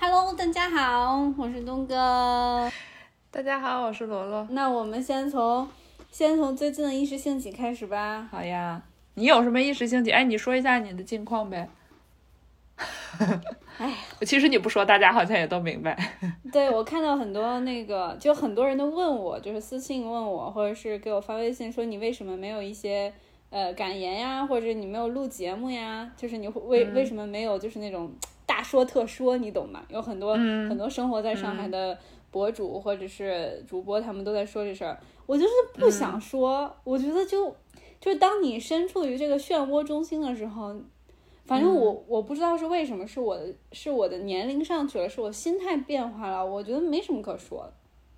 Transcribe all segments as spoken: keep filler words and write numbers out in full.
Hello， 大家好，我是东哥。 大家好，我是罗罗。 那我们先从先从最近的一时兴起开始吧。 好呀，你有什么一时兴起？哎，你说一下你的近况呗。 哎， 其实你不说，大家好像也都明白。 对，我看到很多那个，就很多人都问我，就是私信问我，或者是给我发微信说你为什么没有一些呃感言呀，或者你没有录节目呀，就是你为、嗯、为什么没有就是那种大说特说，你懂吗？有很多、嗯、很多生活在上海的博主或者是主播，他们都在说这事儿，我就是不想说，嗯、我觉得就就是当你身处于这个漩涡中心的时候。反正我、嗯、我不知道是为什么，是我的是我的年龄上去了，是我心态变化了，我觉得没什么可说的。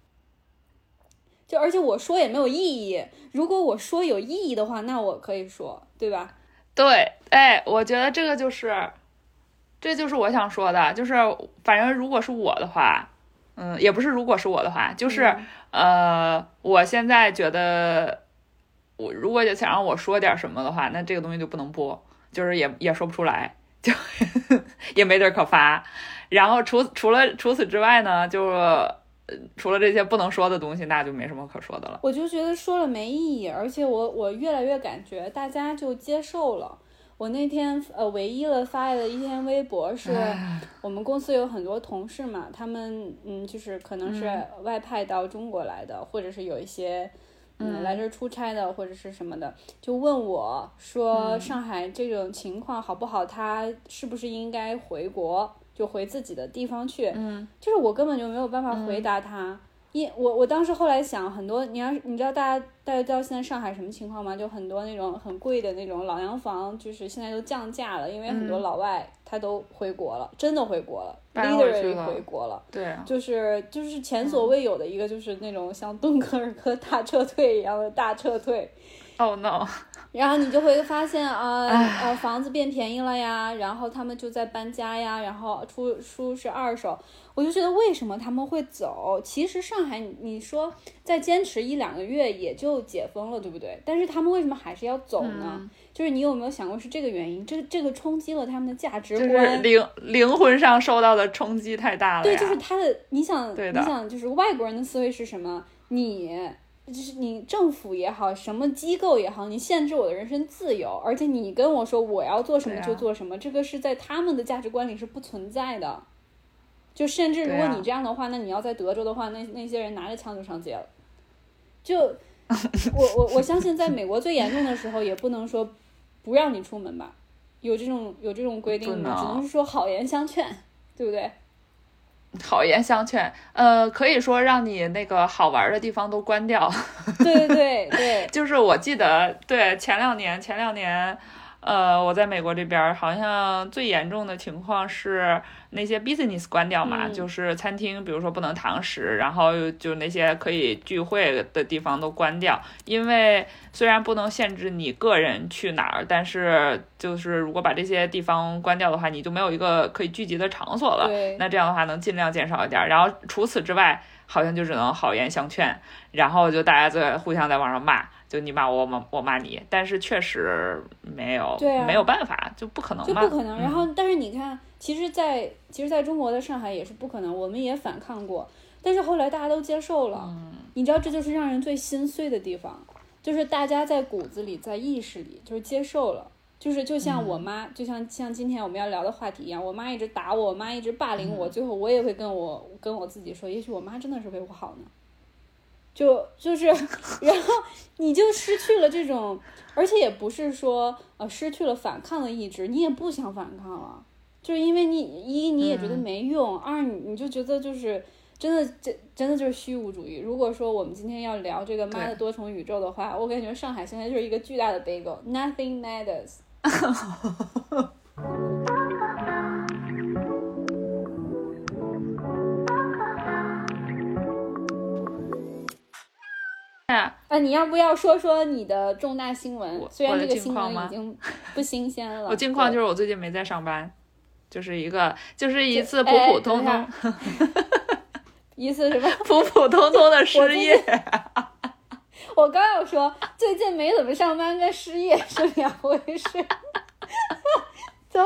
就而且我说也没有意义，如果我说有意义的话，那我可以说，对吧？ 对，哎，我觉得这个就是这就是我想说的，就是反正如果是我的话，嗯，也不是如果是我的话，就是、嗯、呃，我现在觉得我如果想让我说点什么的话，那这个东西就不能播。就是也也说不出来，就也没地儿可发。然后除除了除此之外呢，就、呃、除了这些不能说的东西，那就没什么可说的了。 我就觉得说了没意义，而且我我越来越感觉大家就接受了。我那天呃唯一的发的一篇微博是，我们公司有很多同事嘛，他们嗯就是可能是外派到中国来的，嗯、或者是有一些。嗯，来这儿出差的或者是什么的，就问我说上海这种情况好不好，他是不是应该回国，就回自己的地方去。 嗯， 就是我根本就没有办法回答他。因、嗯、我我当时后来想，很多你要你知道大家大家知道现在上海什么情况吗？就很多那种很贵的那种老洋房，就是现在都降价了，因为很多老外他都回国了，嗯、真的回国了 ，literally 回国了。 对、啊， 就是就是前所未有的一个，就是那种像敦刻尔克大撤退一样的大撤退。 Oh no！ 然后你就会发现啊呃房子变便宜了呀，然后他们就在搬家呀，然后出书是二手。我就觉得为什么他们会走？其实上海你说再坚持一两个月也就解封了，对不对？但是他们为什么还是要走呢？嗯、就是你有没有想过是这个原因？这这个冲击了他们的价值观， 就是灵灵魂上受到的冲击太大了呀。 对，就是他的，你想，你想，就是外国人的思维是什么？你。就是你政府也好，什么机构也好，你限制我的人身自由，而且你跟我说我要做什么就做什么，啊、这个是在他们的价值观里是不存在的。就甚至如果你这样的话，啊、那你要在德州的话，那那些人拿着枪就上街了。就我我我相信，在美国最严重的时候，也不能说不让你出门吧，有这种有这种规定吗？只能是说好言相劝，对不对？ 好言相劝，呃，可以说让你那个好玩的地方都关掉。 对对对， 就是我记得，对前两年，前两年，呃，我在美国这边好像最严重的情况是那些 business 关掉嘛，嗯、就是餐厅，比如说不能堂食，然后就那些可以聚会的地方都关掉。因为虽然不能限制你个人去哪儿，但是就是如果把这些地方关掉的话，你就没有一个可以聚集的场所了。那这样的话能尽量减少一点。然后除此之外，好像就只能好言相劝，然后就大家在互相在网上骂。就你骂我，我我骂你，但是确实没有， 对、啊， 没有办法，就不可能嘛， 就不可能。然后，但是你看，其实在，其实在中国的上海也是不可能，我们也反抗过，但是后来大家都接受了。嗯、你知道，这就是让人最心碎的地方，就是大家在骨子里，在意识里就是接受了，就是就像我妈，嗯、就像像今天我们要聊的话题一样，我妈一直打我，我妈一直霸凌我，嗯、最后我也会跟我跟我自己说，也许我妈真的是为我好呢。就就是，然后你就失去了这种，而且也不是说呃失去了反抗的意志，你也不想反抗了，就是因为你一你也觉得没用，嗯、二你你就觉得就是真的这真的就是虚无主义。如果说我们今天要聊这个妈的多重宇宙的话，我感觉上海现在就是一个巨大的 bagel， nothing matters。啊，你要不要说说你的重大新闻？虽然这个新闻已经不新鲜了。 我近况就是我最近没在上班，就是一个就是一次普普通通，哎、 一次什么普普通通的失业。 我, 我刚要说最近没怎么上班跟失业是两回事。就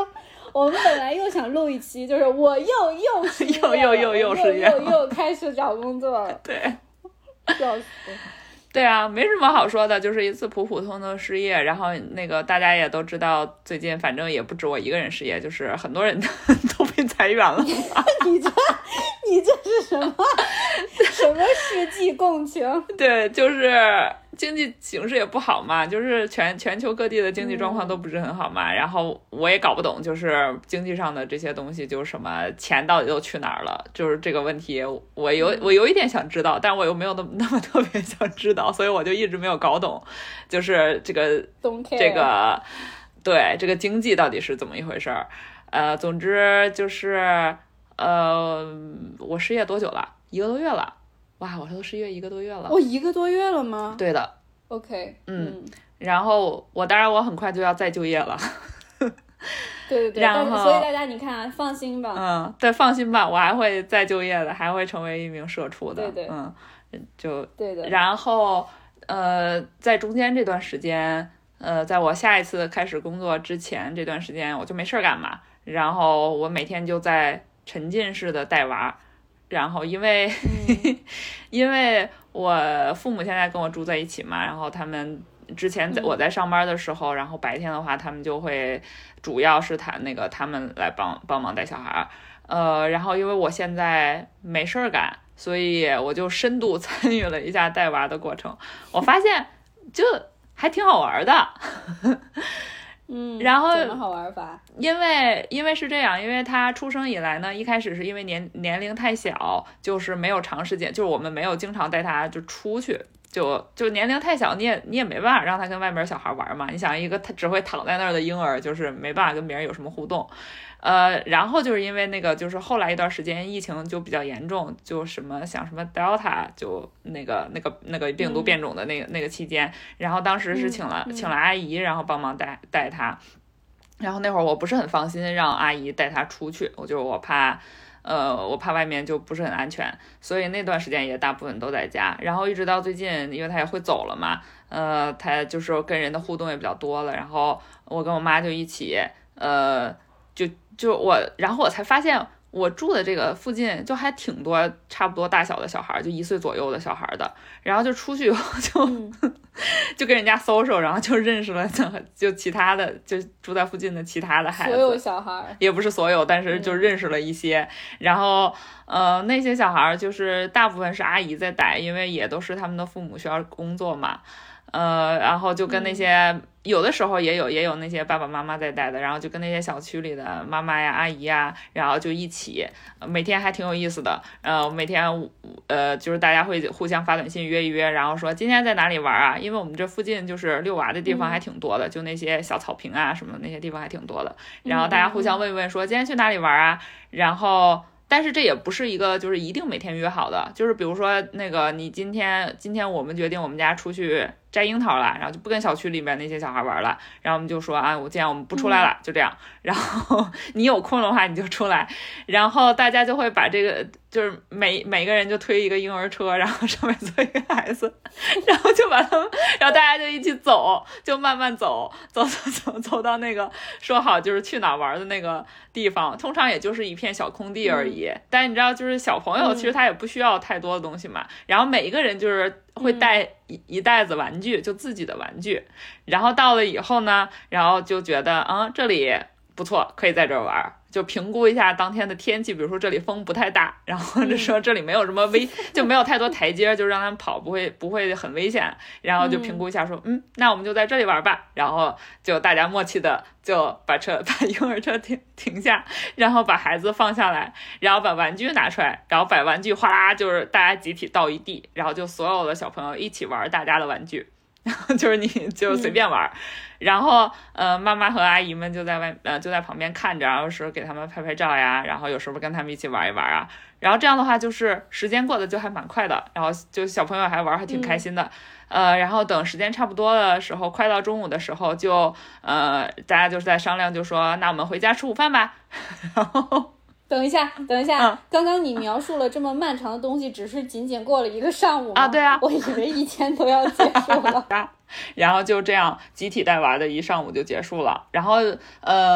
我们本来又想录一期，就是我又又失业又又又又失业又又开始找工作了。 对， 笑死。 对啊，没什么好说的，就是一次普普通的失业。然后那个大家也都知道，最近反正也不止我一个人失业，就是很多人都被裁员了。 你这你这是什么什么世纪共情？ 对，就是经济形势也不好嘛，就是全全球各地的经济状况都不是很好嘛。嗯、然后我也搞不懂，就是经济上的这些东西，就是什么钱到底都去哪儿了？就是这个问题，我有我有一点想知道，但我又没有那么那么特别想知道。所以我就一直没有搞懂，就是这个这个对这个经济到底是怎么一回事儿。呃，总之就是呃，我失业多久了？一个多月了。哇，我都失业一个多月了。 我、哦、一个多月了吗？ 对的。 OK， 嗯，嗯然后我当然我很快就要再就业了。 对对对，然后所以大家你看，放心吧。 嗯，对，放心吧，我还会再就业的，还会成为一名社畜的。 对对， 嗯。就对的， 然后呃，在中间这段时间，呃，在我下一次开始工作之前这段时间，我就没事干嘛，然后我每天就在沉浸式的带娃，然后因为、嗯、因为我父母现在跟我住在一起嘛，然后他们之前在我在上班的时候，嗯、然后白天的话，他们就会主要是他那个他们来帮帮忙带小孩，呃，然后因为我现在没事干。所以我就深度参与了一下带娃的过程，我发现就还挺好玩的。 嗯， 然后怎么好玩法？ 因为因为是这样，因为他出生以来呢，一开始是因为年年龄太小，就是没有长时间，就是我们没有经常带他就出去，就就年龄太小，你也你也没办法让他跟外面小孩玩嘛。你想一个他只会躺在那儿的婴儿，就是没办法跟别人有什么互动。呃，然后就是因为那个，就是后来一段时间疫情就比较严重，就什么像什么 Delta 就那个那个那个病毒变种的那个、嗯、那个期间，然后当时是请了、嗯、请了阿姨，然后帮忙带带他，然后那会儿我不是很放心让阿姨带他出去，我就我怕。呃，我怕外面就不是很安全，所以那段时间也大部分都在家。然后一直到最近，因为他也会走了嘛，呃，他就是跟人的互动也比较多了。然后我跟我妈就一起，呃，就就我，然后我才发现我住的这个附近就还挺多差不多大小的小孩，就一岁左右的小孩的。然后就出去以后就、嗯、就跟人家 social， 然后就认识了就其他的就住在附近的其他的孩子， 所有小孩也不是所有，但是就认识了一些。嗯、然后呃那些小孩就是大部分是阿姨在带，因为也都是他们的父母需要工作嘛。呃，然后就跟那些、嗯、有的时候也有也有那些爸爸妈妈在带的，然后就跟那些小区里的妈妈呀、阿姨呀，然后就一起，每天还挺有意思的。呃，每天呃就是大家会互相发短信约一约，然后说今天在哪里玩啊？因为我们这附近就是遛娃的地方还挺多的，嗯、就那些小草坪啊什么的那些地方还挺多的。然后大家互相问一问说今天去哪里玩啊？然后。但是这也不是一个就是一定每天约好的，就是比如说那个你今天今天我们决定我们家出去摘樱桃了，然后就不跟小区里面那些小孩玩了，然后我们就说啊，我今天我们不出来了，就这样。然后你有空的话你就出来，然后大家就会把这个就是每每个人就推一个婴儿车，然后上面坐一个孩子，然后就把他们，然后大家就一起走，就慢慢走，走走走走到那个说好就是去哪玩的那个地方，通常也就是一片小空地而已。嗯、但你知道，就是小朋友其实他也不需要太多的东西嘛，嗯、然后每一个人就是会带一一袋子玩具，就自己的玩具，然后到了以后呢，然后就觉得啊、嗯、这里不错，可以在这儿玩。就评估一下当天的天气，比如说这里风不太大，然后或者说这里没有什么危，嗯、就没有太多台阶，就让他们跑不会不会很危险，然后就评估一下说，嗯, 嗯，那我们就在这里玩吧，然后就大家默契的就把车把婴儿车停停下，然后把孩子放下来，然后把玩具拿出来，然后把玩具哗啦就是大家集体倒一地，然后就所有的小朋友一起玩大家的玩具。然后就是你就随便玩、嗯、然后呃妈妈和阿姨们就在外呃就在旁边看着，然后是给他们拍拍照呀，然后有时候跟他们一起玩一玩啊，然后这样的话就是时间过得就还蛮快的，然后就小朋友还玩还挺开心的、嗯、呃然后等时间差不多的时候，快到中午的时候就呃大家就是在商量，就说那我们回家吃午饭吧。然后等一下，等一下、 嗯， 刚刚你描述了这么漫长的东西，只是仅仅过了一个上午吗？ 啊，对啊， 我以为一天都要结束了。 然后就这样集体带娃的一上午就结束了。然后呃，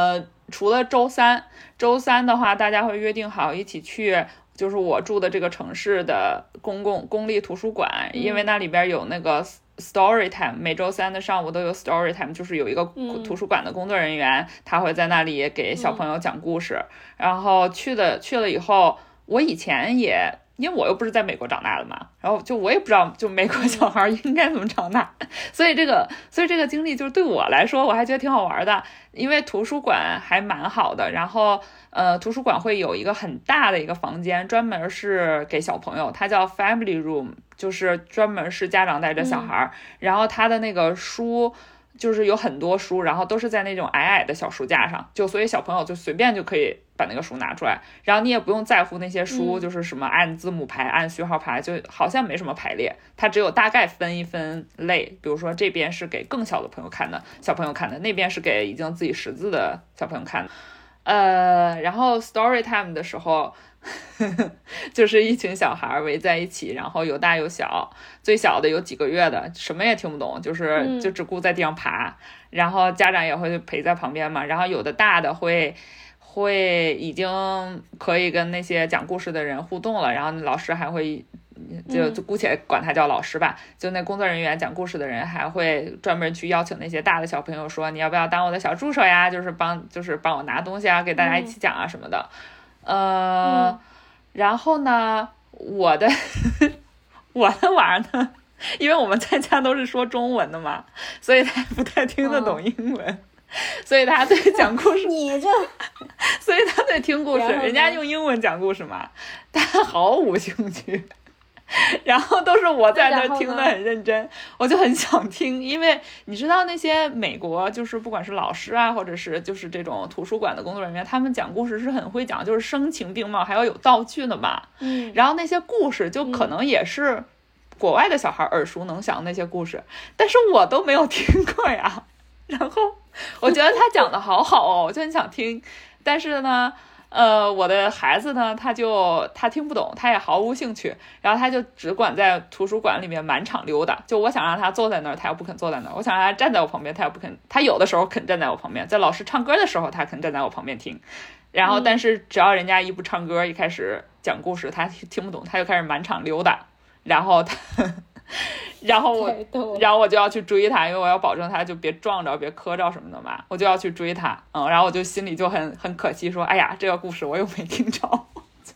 除了周三，周三的话大家会约定好一起去就是我住的这个城市的公共公立图书馆，因为那里边有那个story time， 每周三的上午都有 story time， 就是有一个图书馆的工作人员、嗯、他会在那里给小朋友讲故事、嗯、然后去的去了以后，我以前也因为我又不是在美国长大的嘛，然后就我也不知道就美国小孩应该怎么长大、嗯、所以这个所以这个经历就是对我来说我还觉得挺好玩的，因为图书馆还蛮好的，然后呃，图书馆会有一个很大的一个房间专门是给小朋友，它叫 family room， 就是专门是家长带着小孩、嗯、然后它的那个书就是有很多书，然后都是在那种矮矮的小书架上，就所以小朋友就随便就可以把那个书拿出来，然后你也不用在乎那些书、嗯、就是什么按字母排按序号排，就好像没什么排列，它只有大概分一分类，比如说这边是给更小的朋友看的小朋友看的，那边是给已经自己识字的小朋友看的。呃，然后 story time 的时候呵呵就是一群小孩围在一起，然后有大有小，最小的有几个月的什么也听不懂，就是就只顾在地上爬、嗯、然后家长也会陪在旁边嘛，然后有的大的会会已经可以跟那些讲故事的人互动了，然后老师还会就就姑且管他叫老师吧、嗯、就那工作人员讲故事的人还会专门去邀请那些大的小朋友说你要不要当我的小助手呀，就是帮就是帮我拿东西啊，给大家一起讲啊什么的、嗯、呃、嗯、然后呢我的我的娃呢，因为我们在家都是说中文的嘛，所以他不太听得懂英文、哦，所以他对讲故事你这所以他对听故事人家用英文讲故事嘛他毫无兴趣，然后都是我在那听得很认真，我就很想听，因为你知道那些美国就是不管是老师啊或者是就是这种图书馆的工作人员，他们讲故事是很会讲，就是声情并茂还要有道具的嘛，嗯，然后那些故事就可能也是国外的小孩耳熟能详那些故事，但是我都没有听过呀，然后我觉得他讲的好好哦，我就很想听，但是呢呃，我的孩子呢他就他听不懂，他也毫无兴趣，然后他就只管在图书馆里面满场溜达，就我想让他坐在那儿他又不肯坐在那儿，我想让他站在我旁边他又不肯，他有的时候肯站在我旁边，在老师唱歌的时候他肯站在我旁边听，然后但是只要人家一不唱歌一开始讲故事他听不懂，他就开始满场溜达，然后他然后我然后我就要去追他，因为我要保证他就别撞着别磕着什么的嘛，我就要去追他，嗯，然后我就心里就很很可惜说哎呀这个故事我又没听着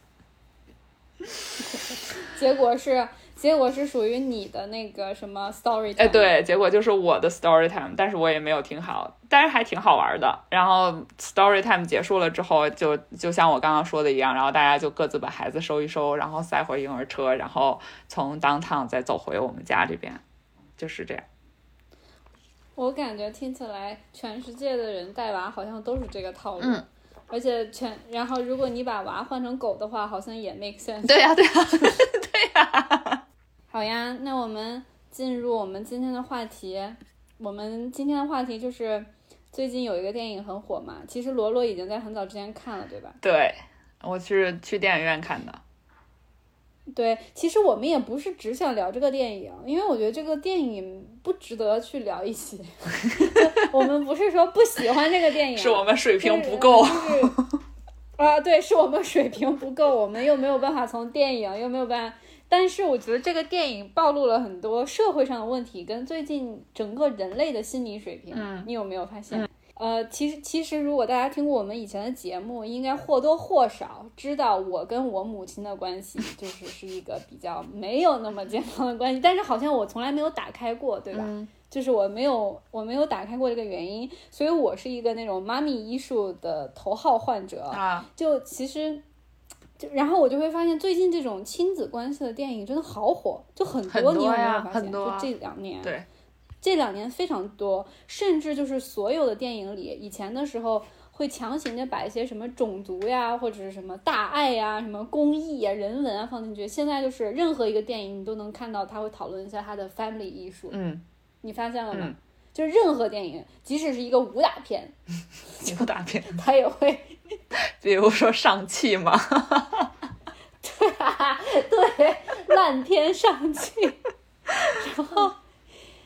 结果是结果是属于你的那个什么 story time， 哎，对，结果就是我的 story time， 但是我也没有听好，但是还挺好玩的。然后 story time 结束了之后，就就像我刚刚说的一样，然后大家就各自把孩子收一收，然后塞回婴儿车，然后从 downtown 再走回我们家这边，就是这样。 我感觉听起来全世界的人带娃好像都是这个套路。 嗯， 而且全，然后如果你把娃换成狗的话，好像也 make sense。 对呀、啊，对呀、啊，对呀、啊。 好呀，那我们进入我们今天的话题。我们今天的话题就是最近有一个电影很火嘛，其实罗罗已经在很早之前看了，对吧？ 对，我是去电影院看的。 对，其实我们也不是只想聊这个电影，因为我觉得这个电影不值得去聊一起。我们不是说不喜欢这个电影， 是我们水平不够。 就是啊，对，是我们水平不够，我们又没有办法从电影，又没有办法。但是我觉得这个电影暴露了很多社会上的问题，跟最近整个人类的心理水平。嗯，你有没有发现？嗯呃，其实其实如果大家听过我们以前的节目，应该或多或少知道我跟我母亲的关系就是是一个比较没有那么健康的关系，但是好像我从来没有打开过，对吧？嗯，就是我没有我没有打开过这个原因，所以我是一个那种妈咪医术的头号患者啊。就其实就然后我就会发现最近这种亲子关系的电影真的好火，就很多， 很多你有没有发现？ 很多啊， 就这两年。 对。 这两年非常多，甚至就是所有的电影里，以前的时候会强行的把一些什么种族呀，或者是什么大爱呀、什么公益呀、人文啊放进去。现在就是任何一个电影你都能看到他会讨论一下他的 family 艺术。 嗯， 你发现了吗？ 嗯， 就是任何电影，即使是一个武打片， 武打片， 他也会， 比如说上汽嘛， 对啊，对，烂片上汽，然后。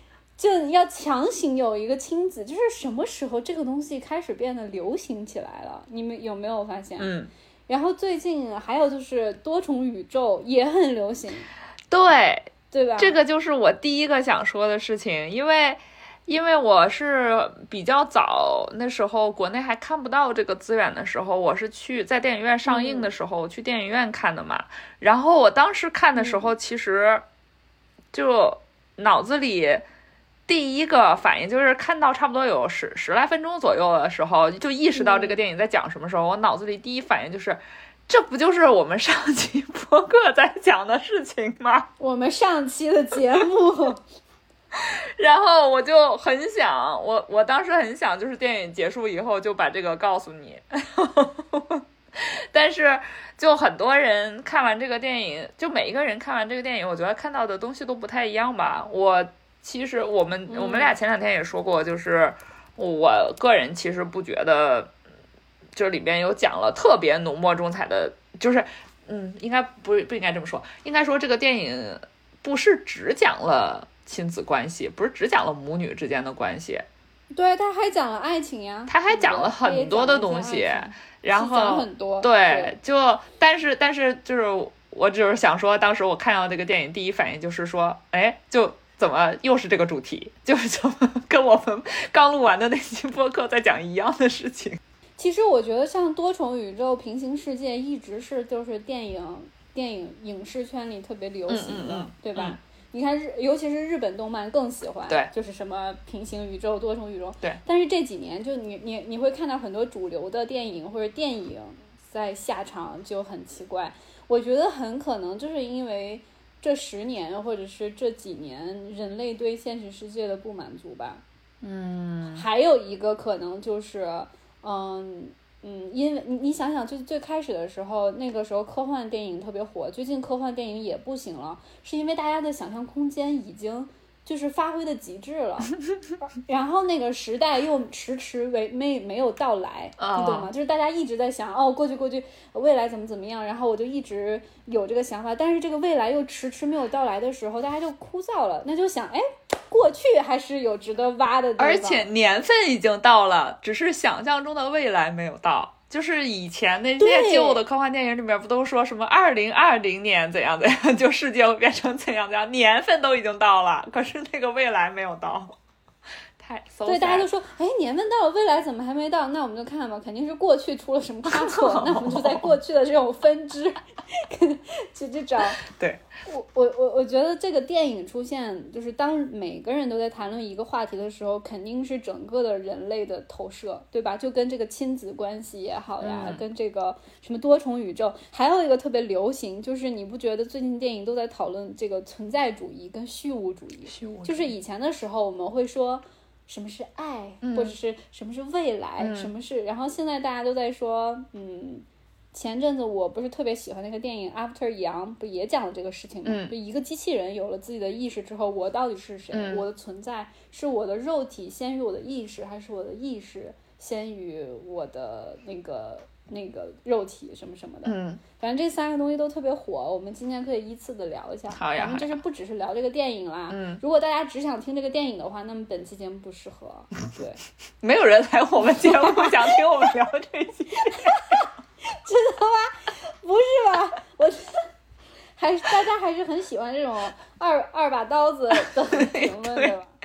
就要强行有一个亲子，就是什么时候这个东西开始变得流行起来了？你们有没有发现？ 嗯。 然后最近还有就是多重宇宙也很流行， 对对吧？ 这个就是我第一个想说的事情，因为因为我是比较早那时候国内还看不到这个资源的时候，我是去在电影院上映的时候、嗯、去电影院看的嘛。然后我当时看的时候，其实就脑子里第一个反应就是看到差不多有十十来分钟左右的时候，就意识到这个电影在讲什么时候、嗯、我脑子里第一反应就是这不就是我们上期播客在讲的事情吗？ 我们上期的节目然后我就很想我我当时很想就是电影结束以后就把这个告诉你但是就很多人看完这个电影，就每一个人看完这个电影，我觉得看到的东西都不太一样吧。我其实我们、嗯、我们俩前两天也说过，就是我个人其实不觉得这里边有讲了特别浓墨重彩的，就是嗯，应该不不应该这么说，应该说这个电影不是只讲了亲子关系，不是只讲了母女之间的关系， 对，他还讲了爱情呀， 他还讲了很多的东西，然后讲很多， 对， 对就但是但是就是我就是想说，当时我看到这个电影，第一反应就是说，哎，就怎么又是这个主题，就是怎么跟我们刚录完的那期播客在讲一样的事情。 其实我觉得像多重宇宙、平行世界一直是就是电影电影影视圈里特别流行的， 嗯嗯嗯对吧？ 嗯你看日，尤其是日本动漫更喜欢， 对， 就是什么平行宇宙、多重宇宙。 对。 但是这几年，就你你你会看到很多主流的电影或者电影在下场就很奇怪。我觉得很可能就是因为这十年或者是这几年人类对现实世界的不满足吧。 嗯。 还有一个可能就是，嗯。嗯，因为你你想想，最最开始的时候，那个时候科幻电影特别火，最近科幻电影也不行了，是因为大家的想象空间已经就是发挥的极致了，然后那个时代又迟迟为没没有到来，你懂吗？就是大家一直在想，哦，过去过去，未来怎么怎么样，然后我就一直有这个想法，但是这个未来又迟迟没有到来的时候，大家就枯燥了，那就想，哎。过去还是有值得挖的地方， 而且年份已经到了，只是想象中的未来没有到。就是以前那些旧的科幻电影里面不都说什么二零二零年怎样怎样，就世界会变成怎样怎样，年份都已经到了，可是那个未来没有到。太 so sad。 对，大家就说，哎，年份到了，未来怎么还没到？那我们就看吧，肯定是过去出了什么差错，那我们就在过去的这种分支去去找。 对， 我我我我觉得这个电影出现，就是当每个人都在谈论一个话题的时候，肯定是整个的人类的投射，对吧？就跟这个亲子关系也好呀， 嗯、 跟这个什么多重宇宙，还有一个特别流行，就是你不觉得最近电影都在讨论这个存在主义跟虚无主义？ 虚无主义就是以前的时候我们会说。什么是爱、嗯、或者是什么是未来、嗯、什么是，然后现在大家都在说，嗯，前阵子我不是特别喜欢那个电影 After Yang 不也讲了这个事情吗、 嗯、 就一个机器人有了自己的意识之后，我到底是谁、嗯、我的存在是我的肉体先于我的意识，还是我的意识先于我的那个那个肉体什么什么的， 嗯， 反正这三个东西都特别火，我们今天可以依次的聊一下。 好呀， 反正就是不只是聊这个电影啦， 嗯， 如果大家只想听这个电影的话，那么本期节目不适合。对， 没有人来我们节目想听我们聊这期， 真的吗？不是吧？我还是大家还是很喜欢这种二二把刀子的评论的吧。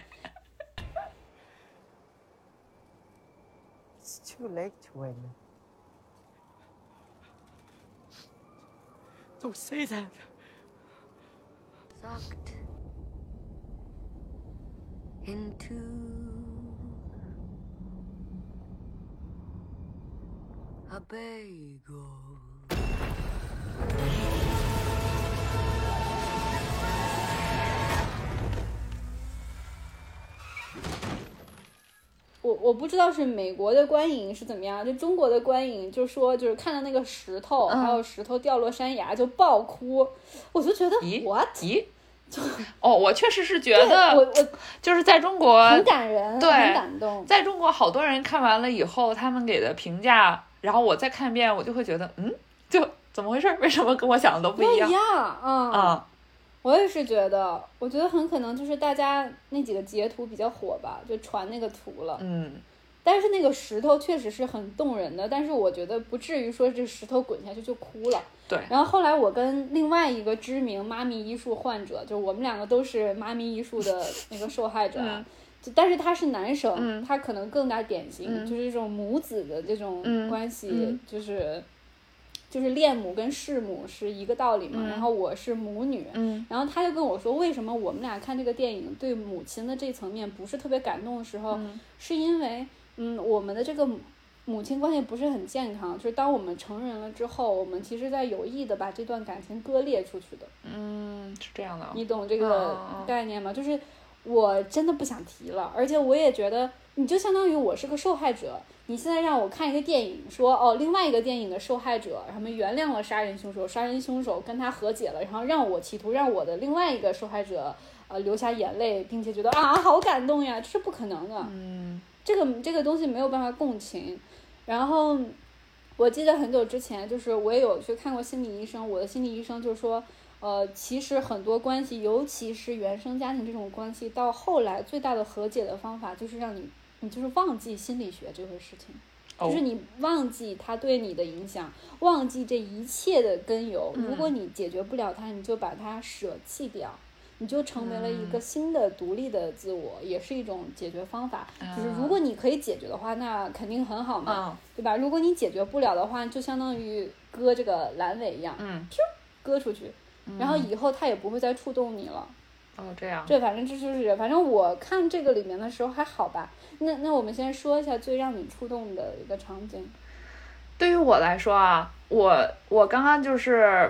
It's too late to win. Don't say that. Sucked into a bagel. 我我不知道是美国的观影是怎么样，就中国的观影就说就是看到那个石头、嗯、还有石头掉落山崖就爆哭，我就觉得 what 咦哦，我确实是觉得我我就是在中国很感人， 对， 很感动。 在中国好多人看完了以后他们给的评价，然后我再看一遍我就会觉得嗯，就怎么回事，为什么跟我想的都不一样？ 不一样，嗯啊、嗯， 我也是觉得，我觉得很可能就是大家那几个截图比较火吧，就传那个图了。 嗯， 但是那个石头确实是很动人的，但是我觉得不至于说这石头滚下去就哭了。 对。 然后后来我跟另外一个知名妈咪医术患者，就我们两个都是妈咪医术的那个受害者。嗯，但是他是男生，嗯，他可能更加典型，嗯，就是这种母子的这种关系，嗯，就是就是恋母跟弑母是一个道理嘛，嗯，然后我是母女，嗯，然后他就跟我说，为什么我们俩看这个电影对母亲的这层面不是特别感动的时候，嗯，是因为嗯我们的这个母亲关系不是很健康，就是当我们成人了之后，我们其实在有意的把这段感情割裂出去的。 嗯，是这样的， 你懂这个概念吗？嗯，就是我真的不想提了，而且我也觉得你就相当于我是个受害者，你现在让我看一个电影说哦另外一个电影的受害者他们原谅了杀人凶手，杀人凶手跟他和解了，然后让我企图让我的另外一个受害者呃流下眼泪，并且觉得啊好感动呀，这是不可能的。 嗯， 这个这个东西没有办法共情。然后我记得很久之前就是我也有去看过心理医生，我的心理医生就说呃，其实很多关系，尤其是原生家庭这种关系，到后来最大的和解的方法就是让你，你就是忘记心理学这回事情，哦，就是你忘记它对你的影响，忘记这一切的根由。嗯，如果你解决不了它，你就把它舍弃掉，你就成为了一个新的独立的自我，嗯，也是一种解决方法。嗯，就是如果你可以解决的话，那肯定很好嘛，嗯，对吧？如果你解决不了的话，就相当于割这个阑尾一样，嗯，割出去。然后以后他也不会再触动你了。 哦，这样。 对，反正这就是，反正我看这个里面的时候还好吧。那那我们先说一下最让你触动的一个场景。 对于我来说啊，我我刚刚就是，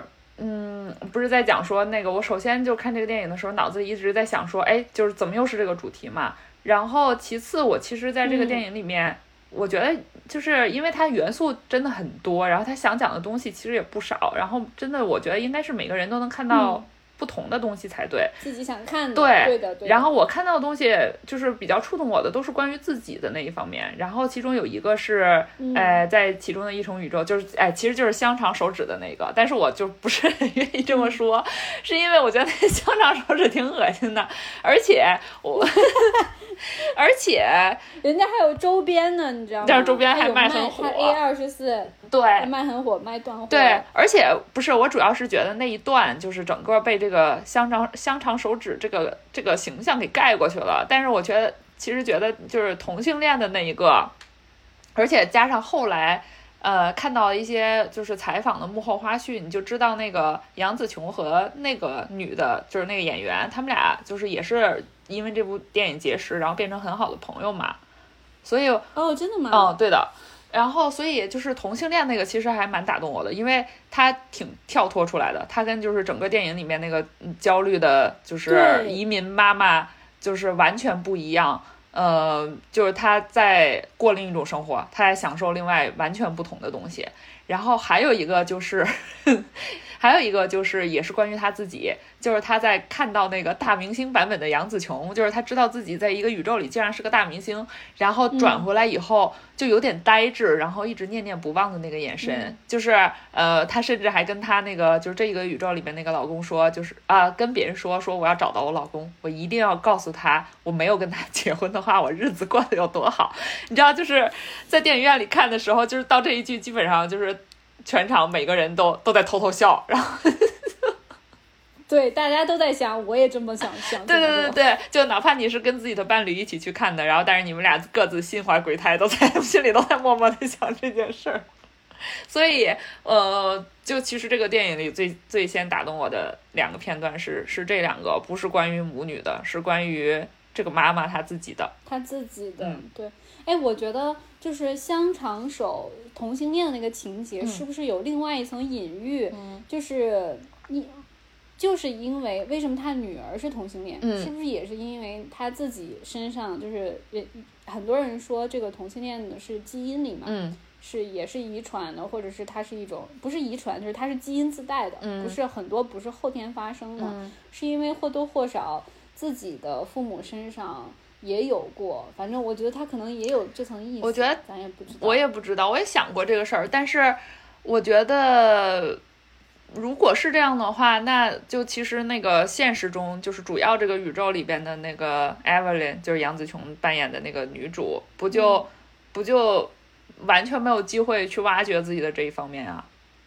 嗯，不是在讲说那个，我首先就看这个电影的时候，脑子里一直在想说，哎，就是怎么又是这个主题嘛。然后其次，我其实在这个电影里面。嗯，我觉得就是因为它元素真的很多，然后他想讲的东西其实也不少，然后真的我觉得应该是每个人都能看到不同的东西才对， 自己想看的。 对， 对的，对的。 然后我看到的东西就是比较触动我的，都是关于自己的那一方面。然后其中有一个是， 嗯、 呃，在其中的一重宇宙，就是哎，其实就是香肠手指的那个，但是我就不是很愿意这么说，嗯、是因为我觉得那香肠手指挺恶心的，而且我。而且人家还有周边呢，你知道吗？ 但是周边还卖很火， 它 A 二十四对卖很火，卖断货。 对，而且不是我主要是觉得那一段就是整个被这个香肠香肠手指这个这个形象给盖过去了。但是我觉得其实觉得就是同性恋的那一个，而且加上后来呃看到一些就是采访的幕后花絮，你就知道那个杨紫琼和那个女的，就是那个演员，他们俩就是也是。因为这部电影结识，然后变成很好的朋友嘛，所以哦，真的吗？ 嗯，对的。然后所以就是同性恋那个其实还蛮打动我的，因为他挺跳脱出来的，他跟就是整个电影里面那个焦虑的，就是移民妈妈就是完全不一样。呃，就是他在过另一种生活，他在享受另外完全不同的东西。然后还有一个就是还有一个就是也是关于他自己，就是他在看到那个大明星版本的杨紫琼，就是他知道自己在一个宇宙里竟然是个大明星，然后转回来以后就有点呆滞，然后一直念念不忘的那个眼神， 嗯、 就是呃他甚至还跟他那个就是这一个宇宙里面那个老公说，就是啊、呃、跟别人说说我要找到我老公，我一定要告诉他我没有跟他结婚的话我日子过得有多好。你知道就是在电影院里看的时候，就是到这一句基本上就是全场每个人都都在偷偷笑，然后对，大家都在想我也这么想想。 对对对对，就哪怕你是跟自己的伴侣一起去看的，然后但是你们俩各自心怀鬼胎，都在心里都在默默的想这件事儿。所以呃就其实这个电影里最最先打动我的两个片段是是这两个，不是关于母女的，是关于这个妈妈她自己的她自己的、 嗯、 对。哎，我觉得就是香肠手同性恋的那个情节、嗯、是不是有另外一层隐喻、嗯、就是你就是因为为什么他女儿是同性恋、嗯、是不是也是因为他自己身上就是很多人说这个同性恋的是基因里嘛、 嗯、 是也是遗传的，或者是它是一种不是遗传，就是它是基因自带的、 嗯、 不是很多不是后天发生的、 嗯、 是因为或多或少自己的父母身上也有过，反正我觉得他可能也有这层意思。 我觉得咱也不知道， 我也不知道，我也想过这个事儿，但是我觉得如果是这样的话，那就其实那个现实中就是主要这个宇宙里边的那个 Evelyn， 就是杨紫琼扮演的那个女主，不就、嗯、不就完全没有机会去挖掘自己的这一方面啊？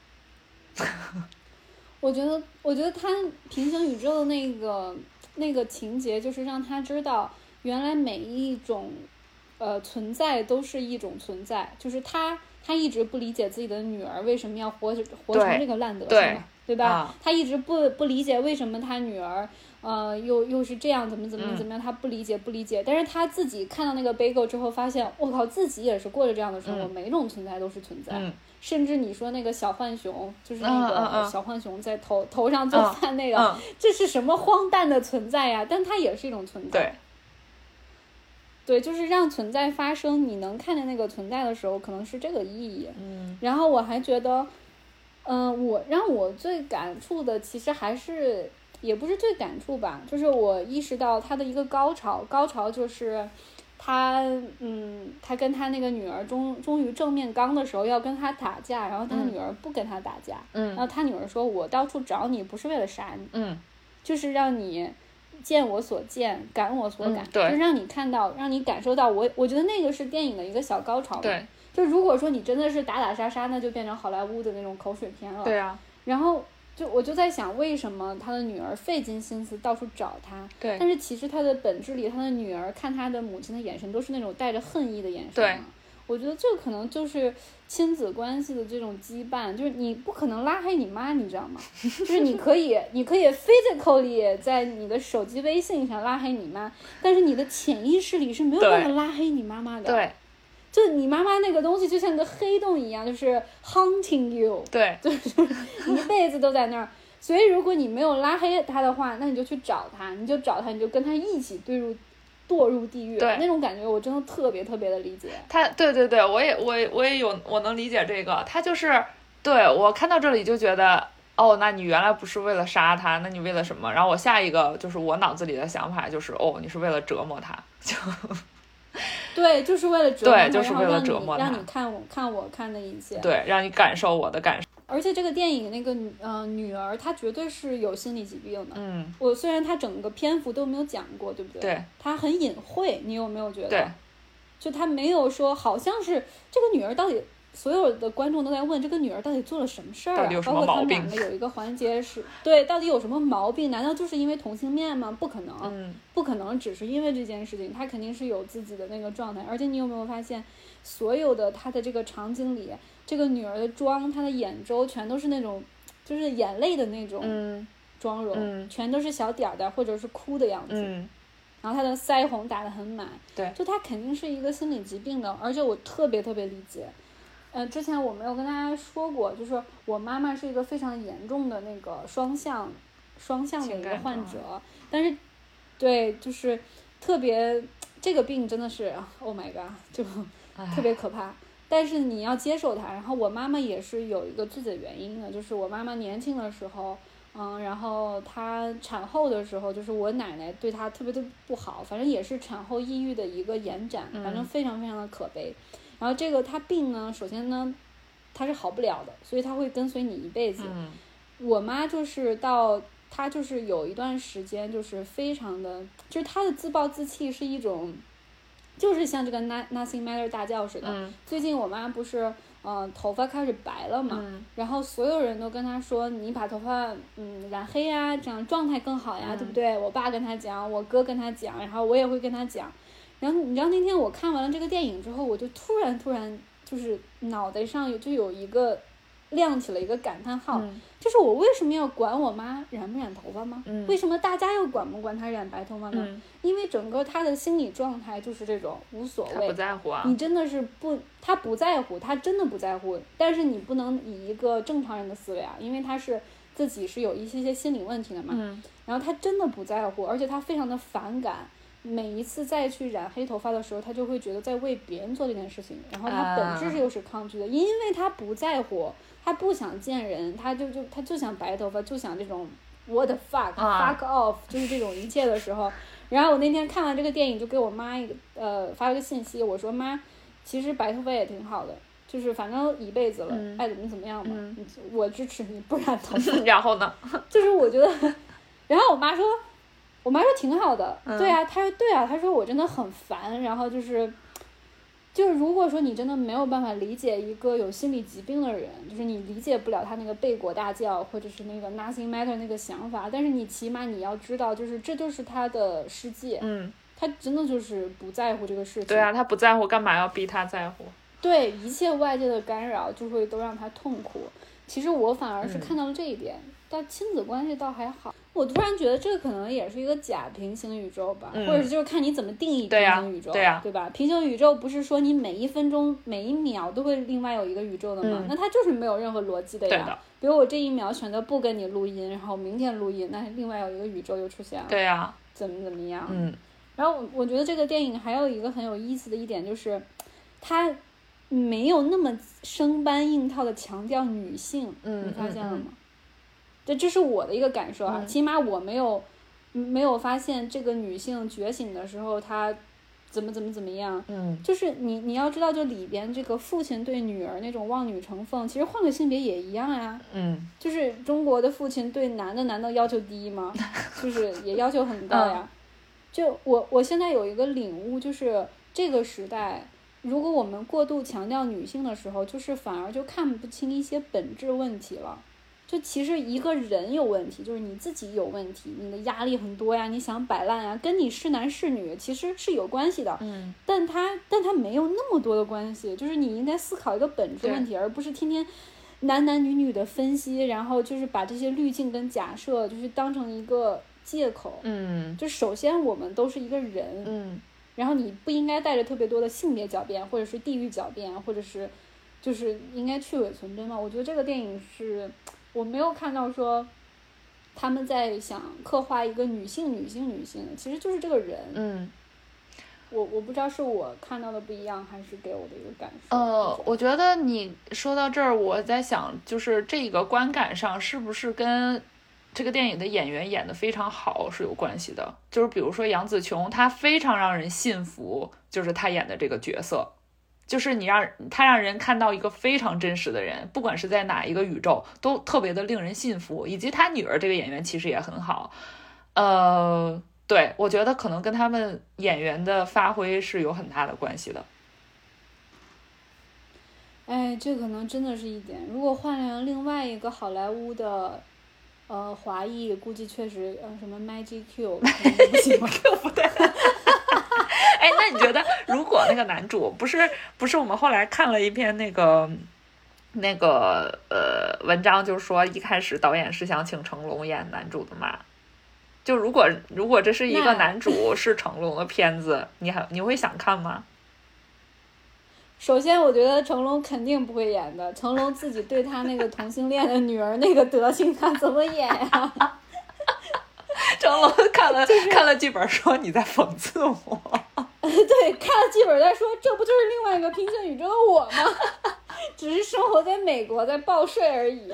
我觉得，我觉得他平行宇宙的那个那个情节，就是让他知道，原来每一种呃存在都是一种存在，就是他他一直不理解自己的女儿为什么要活活成这个烂德行嘛， 对, 对吧、啊？他一直不不理解为什么他女儿呃又又是这样，怎么怎么怎么样，嗯、他不理解不理解。但是他自己看到那个 bagel 之后，发现我靠，自己也是过着这样的生活，嗯、每一种存在都是存在。嗯，甚至你说那个小浣熊，就是那个小浣熊在头、嗯、头上做饭那个、嗯嗯，这是什么荒诞的存在呀？但它也是一种存在。 对， 对，就是让存在发生，你能看见那个存在的时候，可能是这个意义。嗯，然后我还觉得，嗯、呃，我让我最感触的，其实还是也不是最感触吧，就是我意识到他的一个高潮，高潮就是。他嗯，他跟他那个女儿终终于正面刚的时候要跟他打架，然后他女儿不跟他打架，嗯，然后他女儿说：“我到处找你不是为了杀你，嗯，就是让你见我所见，感我所感，嗯、对，就是让你看到，让你感受到我。我觉得那个是电影的一个小高潮嘛， 对， 就如果说你真的是打打杀杀，那就变成好莱坞的那种口水片了， 对啊， 然后。就我就在想，为什么他的女儿费尽心思到处找他？ 对， 但是其实他的本质里，他的女儿看他的母亲的眼神都是那种带着恨意的眼神。 对， 我觉得这可能就是亲子关系的这种羁绊，就是你不可能拉黑你妈，你知道吗？就是你可以，你可以 physically 在你的手机微信上拉黑你妈，但是你的潜意识里是没有办法拉黑你妈妈的。 对。 就你妈妈那个东西就像个黑洞一样，就是 haunting you， 对， 就是一辈子都在那儿。所以如果你没有拉黑他的话，那你就去找他，你就找他，你就跟他一起坠入堕入地狱。 对， 那种感觉我真的特别特别的理解。 他，对对对，我也我也我也有我能理解这个。他就是对我看到这里就觉得，哦，那你原来不是为了杀他，那你为了什么？然后我下一个就是我脑子里的想法就是，哦，你是为了折磨他，就。 对，就是为了折磨他， 对，就是为了折磨他，让你看我看我看的一切， 对，让你感受我的感受。 而且这个电影那个呃女儿，她绝对是有心理疾病的。 嗯， 我虽然她整个篇幅都没有讲过，对不对？ 对， 她很隐晦，你有没有觉得？ 对， 就她没有说，好像是这个女儿到底。所有的观众都在问这个女儿到底做了什么事儿啊？包括他们两个有一个环节是对，到底有什么毛病？难道就是因为同性恋吗？不可能， 嗯， 不可能只是因为这件事情，她肯定是有自己的那个状态。而且你有没有发现，所有的她的这个场景里，这个女儿的妆，她的眼周全都是那种，就是眼泪的那种妆容， 嗯、 全都是小点点或者是哭的样子。 嗯， 然后她的腮红打得很满， 对， 就她肯定是一个心理疾病的，而且我特别特别理解。呃，之前我没有跟大家说过，就是我妈妈是一个非常严重的那个双向双向的一个患者，但是对，就是特别这个病真的是 Oh my god， 就特别可怕。但是你要接受它。然后我妈妈也是有一个自己的原因的，就是我妈妈年轻的时候，嗯，然后她产后的时候，就是我奶奶对她特别的不好，反正也是产后抑郁的一个延展，反正非常非常的可悲。嗯，然后这个他病呢，首先呢，他是好不了的，所以他会跟随你一辈子。 嗯， 我妈就是到她就是有一段时间就是非常的，就是她的自暴自弃是一种，就是像这个 Nothing Matter 大叫似的。 嗯， 最近我妈不是呃头发开始白了嘛， 嗯， 然后所有人都跟她说，你把头发嗯染黑呀，这样状态更好呀， 嗯， 对不对？我爸跟她讲，我哥跟她讲，然后我也会跟她讲。然后你知道那天我看完了这个电影之后，我就突然突然就是脑袋上有就有一个亮起了一个感叹号， 嗯， 就是我为什么要管我妈染不染头发吗？ 嗯， 为什么大家又管不管她染白头发呢？ 嗯， 因为整个她的心理状态就是这种无所谓， 不在乎啊， 你真的是不，她不在乎，她真的不在乎，但是你不能以一个正常人的思维啊，因为她是自己是有一些些心理问题的嘛， 嗯， 然后她真的不在乎，而且她非常的反感。每一次再去染黑头发的时候，他就会觉得在为别人做这件事情，然后他本质又是抗拒的，uh, 因为他不在乎，他不想见人，他就就他就想白头发，就想这种 what the fuck、uh. fuck off， 就是这种一切的时候。然后我那天看完这个电影，就给我妈一个呃发了个信息，我说妈，其实白头发也挺好的， 就是反正一辈子了， 嗯、 爱怎么怎么样嘛， 嗯、 我支持你，不然怎么？ 然后呢？ 就是我觉得，然后我妈说，我妈说挺好的， 嗯、 对啊，她说对啊，她说我真的很烦，然后就是。就是如果说你真的没有办法理解一个有心理疾病的人，就是你理解不了他那个背果大叫或者是那个 nothing matter 那个想法，但是你起码你要知道，就是这就是他的世界， 嗯， 他真的就是不在乎这个事情。 对啊，他不在乎，干嘛要逼他在乎？ 对，一切外界的干扰就会都让他痛苦。其实我反而是看到了这一点，嗯、但亲子关系倒还好。我突然觉得这个可能也是一个假平行宇宙吧， 嗯、 或者是就是看你怎么定义平行宇宙， 对呀、啊， 对吧？平行宇宙不是说你每一分钟、每一秒都会另外有一个宇宙的吗？ 嗯、 那它就是没有任何逻辑的呀。 对的。 比如我这一秒选择不跟你录音，然后明天录音，那另外有一个宇宙又出现了。 对呀、啊。 怎么怎么样？ 嗯。 然后我觉得这个电影还有一个很有意思的一点就是，它没有那么生搬硬套的强调女性， 嗯、 你发现了吗？ 嗯嗯这这是我的一个感受啊， 嗯、 起码我没有没有发现这个女性觉醒的时候她怎么怎么怎么样。 嗯， 就是你你要知道，就里边这个父亲对女儿那种望女成凤，其实换个性别也一样呀。 嗯， 就是中国的父亲对男的难道要求低吗？就是也要求很高呀。嗯、就我我现在有一个领悟，就是这个时代，如果我们过度强调女性的时候，就是反而就看不清一些本质问题了。就其实一个人有问题，就是你自己有问题，你的压力很多呀，你想摆烂呀，跟你是男是女其实是有关系的。 嗯， 但他但他没有那么多的关系，就是你应该思考一个本质问题，而不是天天男男女女的分析，然后就是把这些滤镜跟假设就是当成一个借口。 嗯， 就首先我们都是一个人， 嗯， 然后你不应该带着特别多的性别狡辩，或者是地域狡辩，或者是就是应该去伪存真嘛。我觉得这个电影是。我没有看到说他们在想刻画一个女性女性女性，其实就是这个人。 嗯， 我我不知道是我看到的不一样，还是给我的一个感受。 呃，我觉得你说到这儿，我在想，就是这个观感上是不是跟这个电影的演员演得非常好是有关系的？就是比如说杨紫琼，她非常让人信服，就是她演的这个角色。就是你让他让人看到一个非常真实的人，不管是在哪一个宇宙都特别的令人信服，以及他女儿这个演员其实也很好。呃，对，我觉得可能跟他们演员的发挥是有很大的关系的。 哎，这可能真的是一点，如果换成另外一个好莱坞的呃华裔，估计确实呃什么 Magic Q 不行不对哎，那你觉得如果那个男主不是不是我们后来看了一篇那个那个呃文章，就是说一开始导演是想请成龙演男主的嘛？就如果如果这是一个男主是成龙的片子，你还你会想看吗？ 首先，我觉得成龙肯定不会演的。成龙自己对他那个同性恋的女儿那个德行，他怎么演呀、啊？ 成龙看了、就是、看了剧本说你在讽刺我。 对，看了剧本在说这不就是另外一个平行宇宙的我吗？只是生活在美国在报税而已。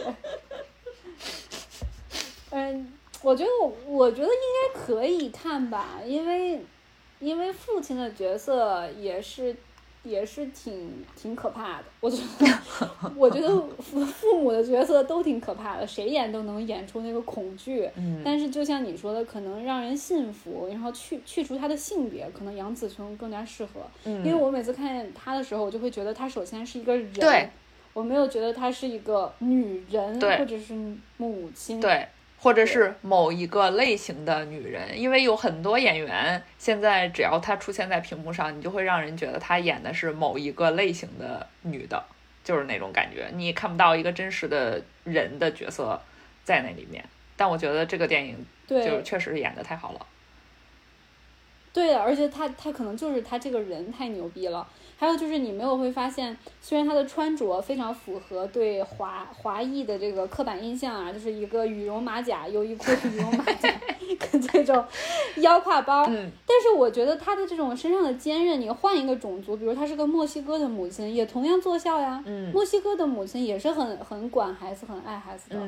嗯，我觉得我我觉得应该可以看吧，因为因为父亲的角色也是也是挺挺可怕的。我觉得我觉得父父母的角色都挺可怕的，谁演都能演出那个恐惧。 嗯， 但是就像你说的，可能让人信服，然后去去除他的性别，可能杨紫琼更加适合。 嗯， 因为我每次看见他的时候，我就会觉得他首先是一个人， 对， 我没有觉得他是一个女人或者是母亲， 对。或者是某一个类型的女人，因为有很多演员现在只要她出现在屏幕上，你就会让人觉得她演的是某一个类型的女的，就是那种感觉，你看不到一个真实的人的角色在那里面。但我觉得这个电影就确实演得太好了。 对的，而且他他可能就是他这个人太牛逼了。还有就是你没有会发现，虽然他的穿着非常符合对华华裔的这个刻板印象啊，就是一个羽绒马甲、优衣库羽绒马甲跟这种腰挎包、 嗯， 但是我觉得他的这种身上的坚韧，你换一个种族，比如他是个墨西哥的母亲，也同样奏效呀。 嗯， 墨西哥的母亲也是很很管孩子、很爱孩子的。 嗯，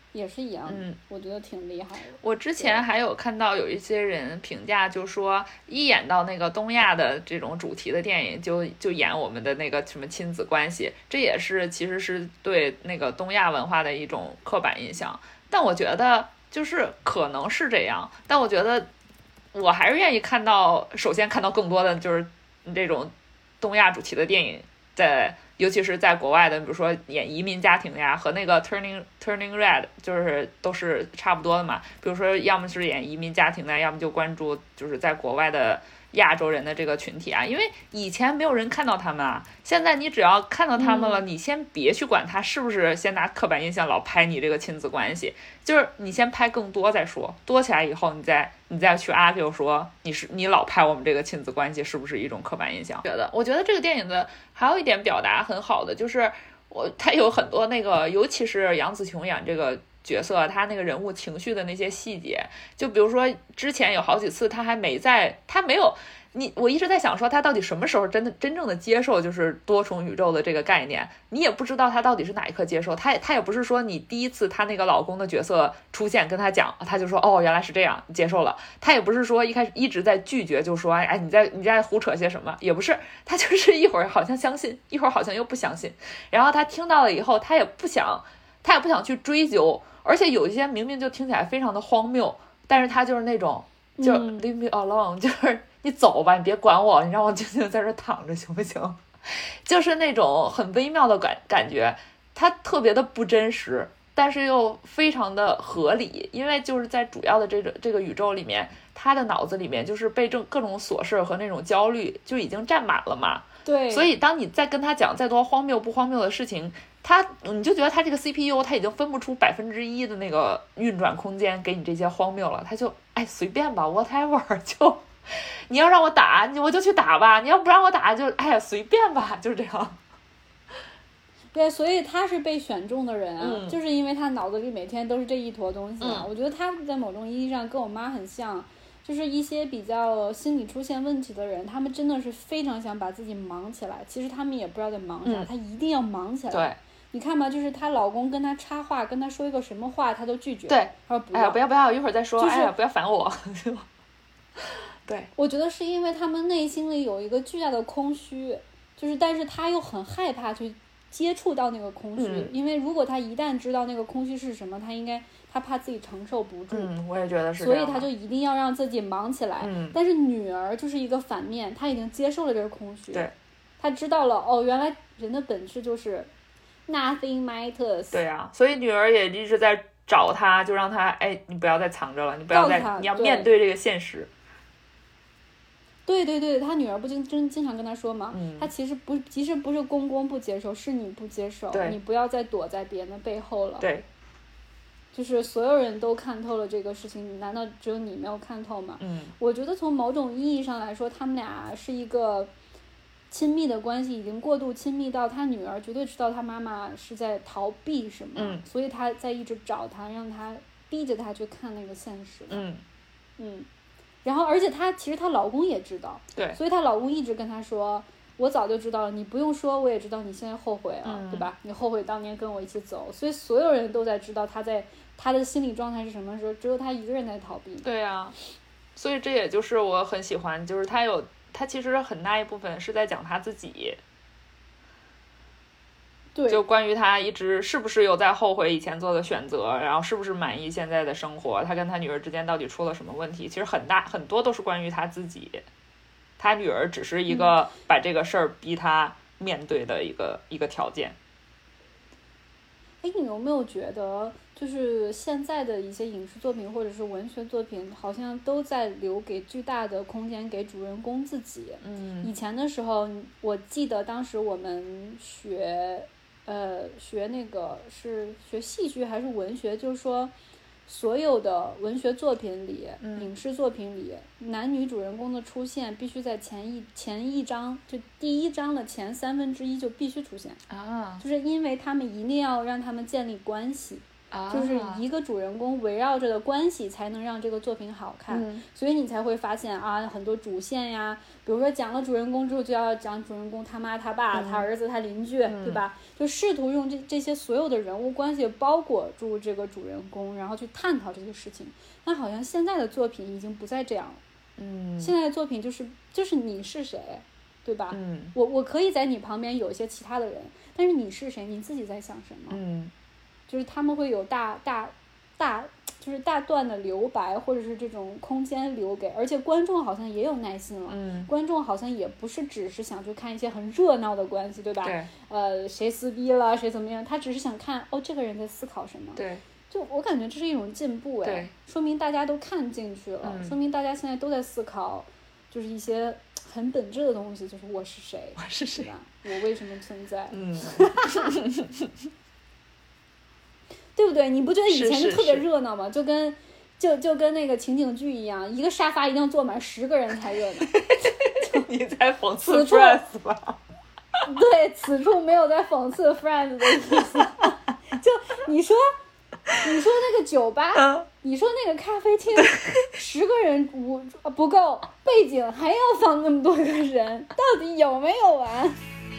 也是一样的， 嗯， 我觉得挺厉害的。 我之前还有看到有一些人评价，就说一演到那个东亚的这种主题的电影，就就演我们的那个什么亲子关系，这也是其实是对那个东亚文化的一种刻板印象。但我觉得就是可能是这样，但我觉得我还是愿意看到，首先看到更多的就是这种东亚主题的电影在。尤其是在国外的，比如说演移民家庭呀，和那个 Turning Turning Red 就是都是差不多的嘛。比如说，要么是演移民家庭的，要么就关注就是在国外的亚洲人的这个群体啊。因为以前没有人看到他们啊，现在你只要看到他们了， 嗯、 你先别去管他是不是先拿刻板印象老拍你这个亲子关系，就是你先拍更多再说，多起来以后你再你再去 argue 说你是你老拍我们这个亲子关系是不是一种刻板印象？觉得我觉得这个电影的还有一点表达很好的就是我他有很多那个，尤其是杨紫琼演这个角色，他那个人物情绪的那些细节，就比如说之前有好几次他还没在，他没有。你我一直在想说他到底什么时候真的真正的接受就是多重宇宙的这个概念，你也不知道他到底是哪一刻接受，他也他也不是说你第一次他那个老公的角色出现跟他讲，他就说哦原来是这样接受了，他也不是说一开始一直在拒绝，就说哎你在你在胡扯些什么，也不是，他就是一会儿好像相信，一会儿好像又不相信，然后他听到了以后他也不想他也不想去追究，而且有一些明明就听起来非常的荒谬，但是他就是那种就 leave me alone、嗯、就是你走吧，你别管我，你让我静静在这躺着行不行？就是那种很微妙的感感觉，它特别的不真实，但是又非常的合理，因为就是在主要的这个这个宇宙里面，他的脑子里面就是被这各种琐事和那种焦虑就已经占满了嘛。 对， 所以当你再跟他讲再多荒谬不荒谬的事情，他你就觉得他这个 C P U 他已经分不出百分之一的那个运转空间给你这些荒谬了，他就哎随便吧 whatever 就。你要让我打我就去打吧，你要不让我打就哎呀随便吧，就是这样。 对，所以他是被选中的人啊、 嗯、 就是因为他脑子里每天都是这一坨东西啊、 嗯、 我觉得他在某种意义上跟我妈很像，就是一些比较心理出现问题的人，他们真的是非常想把自己忙起来，其实他们也不知道在忙啥、嗯、他一定要忙起来。 对， 你看吧，就是她老公跟她插话，跟她说一个什么话她都拒绝， 对， 她说不要、 哎呀不要不要，一会儿再说、 就是、 哎呀不要烦我对， 我觉得是因为他们内心里有一个巨大的空虚，就是但是他又很害怕去接触到那个空虚、嗯、因为如果他一旦知道那个空虚是什么，他应该他怕自己承受不住。 嗯，我也觉得是这样，所以他就一定要让自己忙起来、 嗯、 但是女儿就是一个反面，她已经接受了这个空虚， 对， 她知道了哦，原来人的本质就是 nothing matters。 对啊，所以女儿也一直在找他，就让他哎你不要再藏着了，你不要再你要面对这个现实。 对对对，他女儿不经经经常跟他说嘛， 嗯、 他其实不其实不是公公不接受，是你不接受，你不要再躲在别人的背后了。 对， 就是所有人都看透了这个事情，难道只有你没有看透吗？ 嗯， 我觉得从某种意义上来说，他们俩是一个亲密的关系，已经过度亲密到他女儿绝对知道他妈妈是在逃避什么， 嗯、 所以他在一直找他，让他逼着他去看那个现实。 嗯嗯。然后而且她其实她老公也知道， 对， 所以她老公一直跟她说，我早就知道了，你不用说，我也知道你现在后悔了、 嗯、 对吧？你后悔当年跟我一起走，所以所有人都在知道她在她的心理状态是什么时候，只有她一个人在逃避。 对啊，所以这也就是我很喜欢，就是她有她其实很大一部分是在讲她自己。 对， 就关于他一直是不是有在后悔以前做的选择，然后是不是满意现在的生活，他跟他女儿之间到底出了什么问题，其实很大很多都是关于他自己，他女儿只是一个把这个事儿逼他面对的一个、嗯、一个条件。 哎，你有没有觉得就是现在的一些影视作品或者是文学作品好像都在留给巨大的空间给主人公自己？ 嗯， 以前的时候我记得当时我们学呃，学那个是学戏剧还是文学，就是说所有的文学作品里、 嗯、 影视作品里，男女主人公的出现必须在前一前一章，就第一章的前三分之一就必须出现啊， 就是因为他们一定要让他们建立关系， 啊、 就是一个主人公围绕着的关系才能让这个作品好看、 嗯、 所以你才会发现啊，很多主线呀，比如说讲了主人公之后就要讲主人公他妈他爸、嗯、他儿子他邻居、嗯、对吧，就试图用这这些所有的人物关系包裹住这个主人公，然后去探讨这个事情。但好像现在的作品已经不再这样了， 嗯， 现在的作品就是就是你是谁，对吧？ 嗯， 我我可以在你旁边有一些其他的人，但是你是谁，你自己在想什么？ 嗯， 就是他们会有大大大就是大段的留白，或者是这种空间留给，而且观众好像也有耐心了， 嗯， 观众好像也不是只是想去看一些很热闹的关系，对吧？ 对， 呃，谁撕逼了，谁怎么样，他只是想看哦，这个人在思考什么。 对。 就我感觉这是一种进步哎，说明大家都看进去了、嗯，说明大家现在都在思考，就是一些很本质的东西，就是我是谁， 我是谁， 我为什么存在？ 嗯， 对不对？你不觉得以前就特别热闹吗？就跟就就跟那个情景剧一样，一个沙发一定要坐满十个人才热闹。 你在讽刺 Friends 吧？ 对，此处没有在讽刺 Friends 的意思。就你说。你说那个酒吧、嗯、你说那个咖啡厅十个人不不够，背景还要放那么多个人，到底有没有完？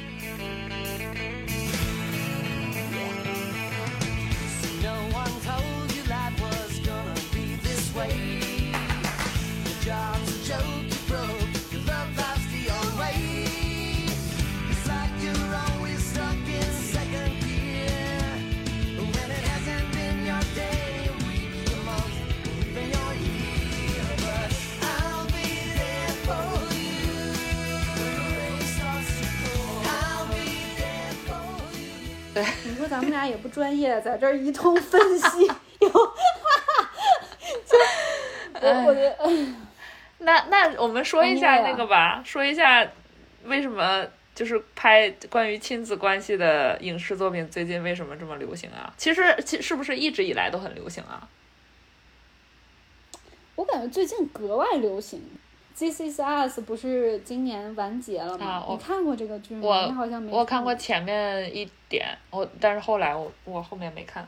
对， 你说咱们俩也不专业，在这儿一通分析，有，就我我觉得， 那那我们说一下那个吧，说一下为什么就是拍关于亲子关系的影视作品最近为什么这么流行啊？其实其是不是一直以来都很流行啊？ 我感觉最近格外流行。This Is Us 不是今年完结了吗？ 啊、 你看过这个剧吗？ 我你好像没看过。 我看过前面一点，我但是后来我我后面没看。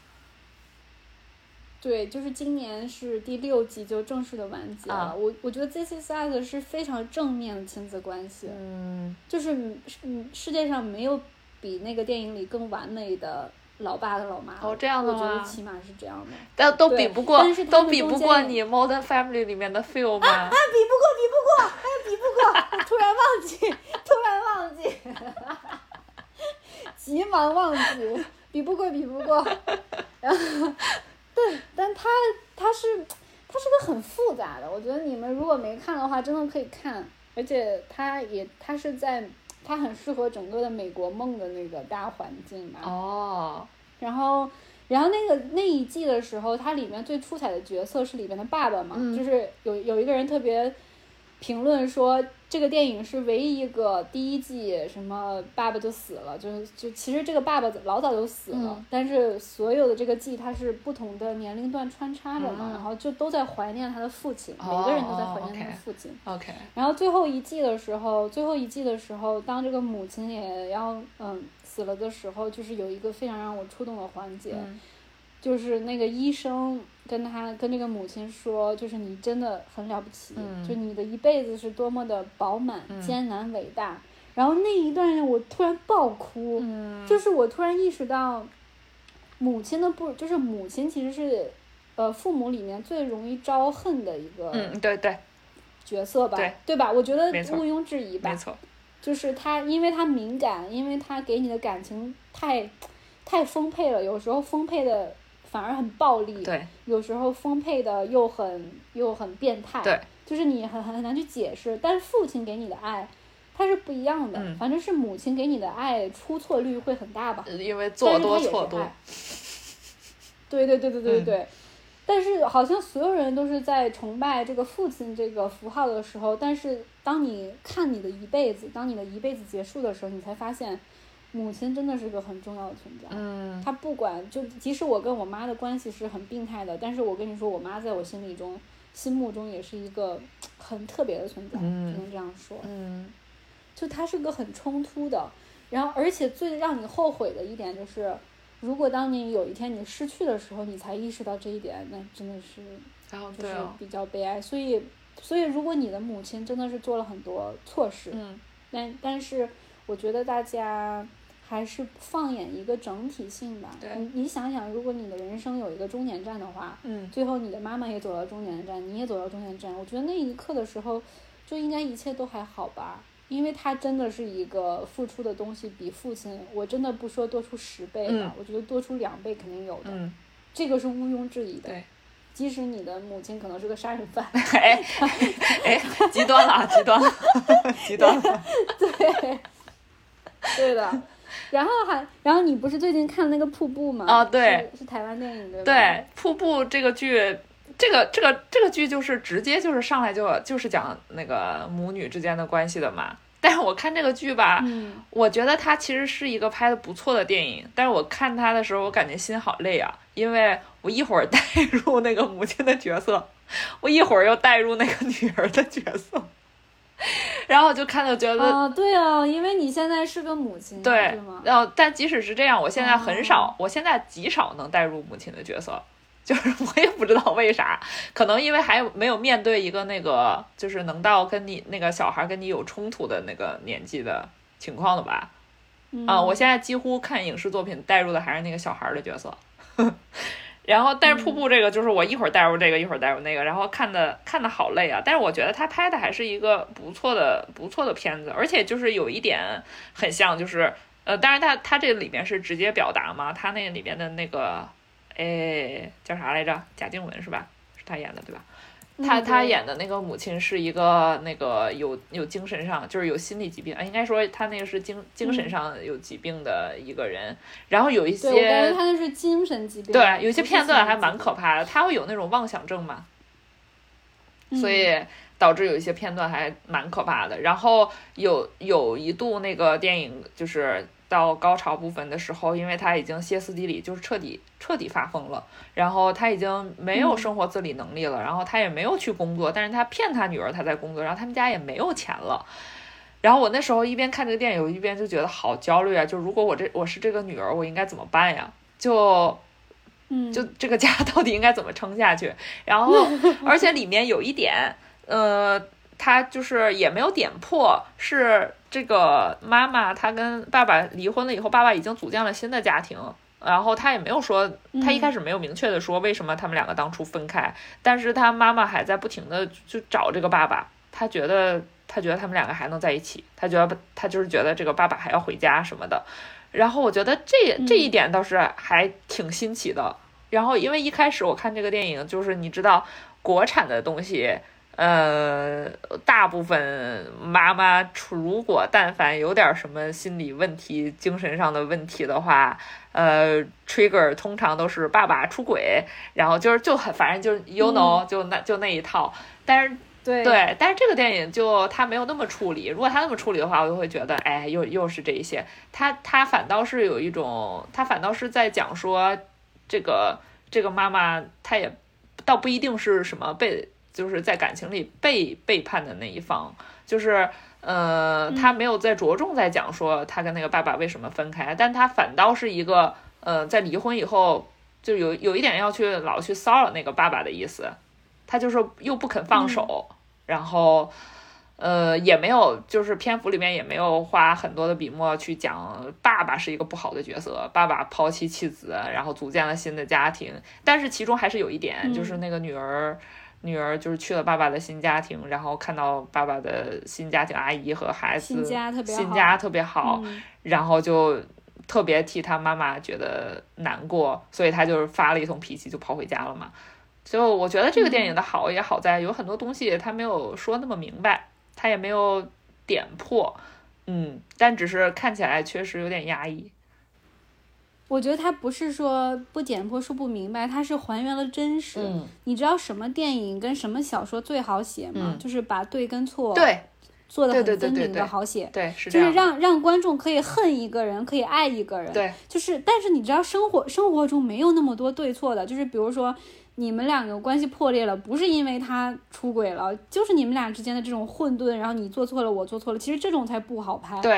对，就是今年是第六季就正式的完结了。啊、我我觉得 This Is Us 是非常正面的亲子关系， 嗯， 就是嗯世界上没有比那个电影里更完美的老爸和老妈。 哦，这样的吗？ 我觉得起码是这样的。 但都比不过，都比不过你 Modern Family 里面的 Phil 吗？ 啊啊，比不过，比不过，哎，比不过！我突然忘记，突然忘记，急忙忘记，比不过，比不过。然后，但但他他是他是个很复杂的，我觉得你们如果没看的话，真的可以看，而且他也他是在。它很适合整个的美国梦的那个大环境吧。 哦。 然后，然后那个那一季的时候，它里面最出彩的角色是里面的爸爸嘛， 嗯、 就是有有一个人特别评论说，这个电影是唯一一个第一季什么爸爸就死了，就是就其实这个爸爸老早就死了， 嗯、 但是所有的这个季它是不同的年龄段穿插着嘛， 嗯、 然后就都在怀念他的父亲， 哦、 每个人都在怀念他的父亲。 OK。 然后最后一季的时候，最后一季的时候，当这个母亲也要嗯死了的时候，就是有一个非常让我触动的环节。 嗯， 就是那个医生跟他跟这个母亲说，就是你真的很了不起， 嗯、 就你的一辈子是多么的饱满、 嗯、 艰难、伟大。然后那一段我突然爆哭， 嗯、 就是我突然意识到，母亲的不就是母亲其实是，呃，父母里面最容易招恨的一个， 嗯，对对， 角色吧， 对对吧？我觉得毋庸置疑吧， 没错， 就是他，因为他敏感，因为他给你的感情太太丰沛了，有时候丰沛的反而很暴力， 对， 有时候丰沛的又很又很变态， 对， 就是你很很难去解释。但是父亲给你的爱，它是不一样的， 嗯、 反正是母亲给你的爱出错率会很大吧， 因为做多错多。 对对对对对对。 嗯， 但是好像所有人都是在崇拜这个父亲这个符号的时候，但是当你看你的一辈子，当你的一辈子结束的时候，你才发现母亲真的是个很重要的存在。 嗯， 她不管，就即使我跟我妈的关系是很病态的，但是我跟你说，我妈在我心里中心目中也是一个很特别的存在， 嗯， 只能这样说。 嗯， 就她是个很冲突的，然后而且最让你后悔的一点就是， 如果当你有一天你失去的时候，你才意识到这一点，那真的是就是比较悲哀。所以，所以如果你的母亲真的是做了很多错事， 嗯， 但但是我觉得大家还是放眼一个整体性吧。 对， 你你想想，如果你的人生有一个终点站的话， 嗯， 最后你的妈妈也走到终点站，你也走到终点站，我觉得那一刻的时候，就应该一切都还好吧。因为他真的是一个付出的东西比父亲，我真的不说多出十倍吧、 嗯、 我觉得多出两倍肯定有的、 嗯、 这个是毋庸置疑的。 对， 即使你的母亲可能是个杀人犯， 哎哎，极端了，极端了，极端了， 对，对的。然后还，然后你不是最近看那个瀑布吗？ 啊，对， 是, 是台湾电影对吧？ 对，瀑布这个剧。这个这个这个剧就是直接就是上来就就是讲那个母女之间的关系的嘛。但是我看这个剧吧、 嗯、 我觉得它其实是一个拍的不错的电影，但是我看它的时候我感觉心好累啊，因为我一会儿带入那个母亲的角色，我一会儿又带入那个女儿的角色，然后就看着觉得啊、哦，对哦，因为你现在是个母亲， 对， 对吗？ 然后但即使是这样，我现在很少、 哦、 我现在极少能带入母亲的角色。就是我也不知道为啥，可能因为还没有面对一个那个就是能到跟你那个小孩跟你有冲突的那个年纪的情况了吧。 嗯、 啊，我现在几乎看影视作品带入的还是那个小孩的角色。然后但是瀑布这个就是我一会儿带入这个一会儿带入那个，然后看的看的好累啊。但是我觉得他拍的还是一个不错的不错的片子，而且就是有一点很像，就是呃当然他他这里面是直接表达嘛，他那里面的那个哎，叫啥来着？贾静雯是吧？是他演的对吧？他他演的那个母亲是一个那个有有精神上就是有心理疾病啊，应该说他那个是精精神上有疾病的一个人。嗯、然后有一些， 对，我感觉他那是精神疾病。 对，有一些片段还蛮可怕的，他会有那种妄想症嘛， 嗯、 所以导致有一些片段还蛮可怕的。然后有有一度那个电影就是到高潮部分的时候，因为他已经歇斯底里，就是彻底彻底发疯了，然后他已经没有生活自理能力了、嗯、然后他也没有去工作，但是他骗他女儿他在工作，然后他们家也没有钱了。然后我那时候一边看这个电影，我一边就觉得好焦虑啊，就如果我这我是这个女儿，我应该怎么办呀？就嗯， 就这个家到底应该怎么撑下去？然后而且里面有一点呃他就是也没有点破，是这个妈妈她跟爸爸离婚了以后，爸爸已经组建了新的家庭，然后他也没有说，他一开始没有明确的说为什么他们两个当初分开，嗯、但是他妈妈还在不停的去找这个爸爸，他觉得他觉得他们两个还能在一起，他觉得他就是觉得这个爸爸还要回家什么的。然后我觉得这这一点倒是还挺新奇的。然后因为一开始我看这个电影，就是你知道国产的东西。呃，大部分妈妈如果但凡有点什么心理问题、精神上的问题的话，呃 ，trigger 通常都是爸爸出轨，然后就是就很反正就是 you know、嗯、就那就那一套。但是对对，但是这个电影就他没有那么处理。如果他那么处理的话，我就会觉得，哎，又又是这一些。他他反倒是有一种，他反倒是在讲说，这个这个妈妈，她也倒不一定是什么被。就是在感情里被背叛的那一方，就是呃，他没有在着重在讲说他跟那个爸爸为什么分开，但他反倒是一个呃，在离婚以后就有有一点要去老去骚扰那个爸爸的意思，他就是又不肯放手，嗯、然后呃也没有就是篇幅里面也没有花很多的笔墨去讲爸爸是一个不好的角色，爸爸抛弃妻子，然后组建了新的家庭，但是其中还是有一点、嗯、就是那个女儿。女儿就是去了爸爸的新家庭，然后看到爸爸的新家庭阿姨和孩子新家特别好， 新家特别好、 嗯、 然后就特别替他妈妈觉得难过，所以他就是发了一通脾气就跑回家了嘛。所以我觉得这个电影的好也好在有很多东西他没有说那么明白，他也没有点破，嗯，但只是看起来确实有点压抑。 我觉得他不是说不点破说不明白，他是还原了真实、 嗯、 你知道什么电影跟什么小说最好写吗、 嗯、 就是把对跟错对做得很分明的好写， 对，是这样， 就是让让观众可以恨一个人可以爱一个人， 对， 就是但是你知道生活生活中没有那么多对错的，就是比如说你们两个关系破裂了，不是因为他出轨了，就是你们俩之间的这种混沌，然后你做错了我做错了，其实这种才不好拍， 对，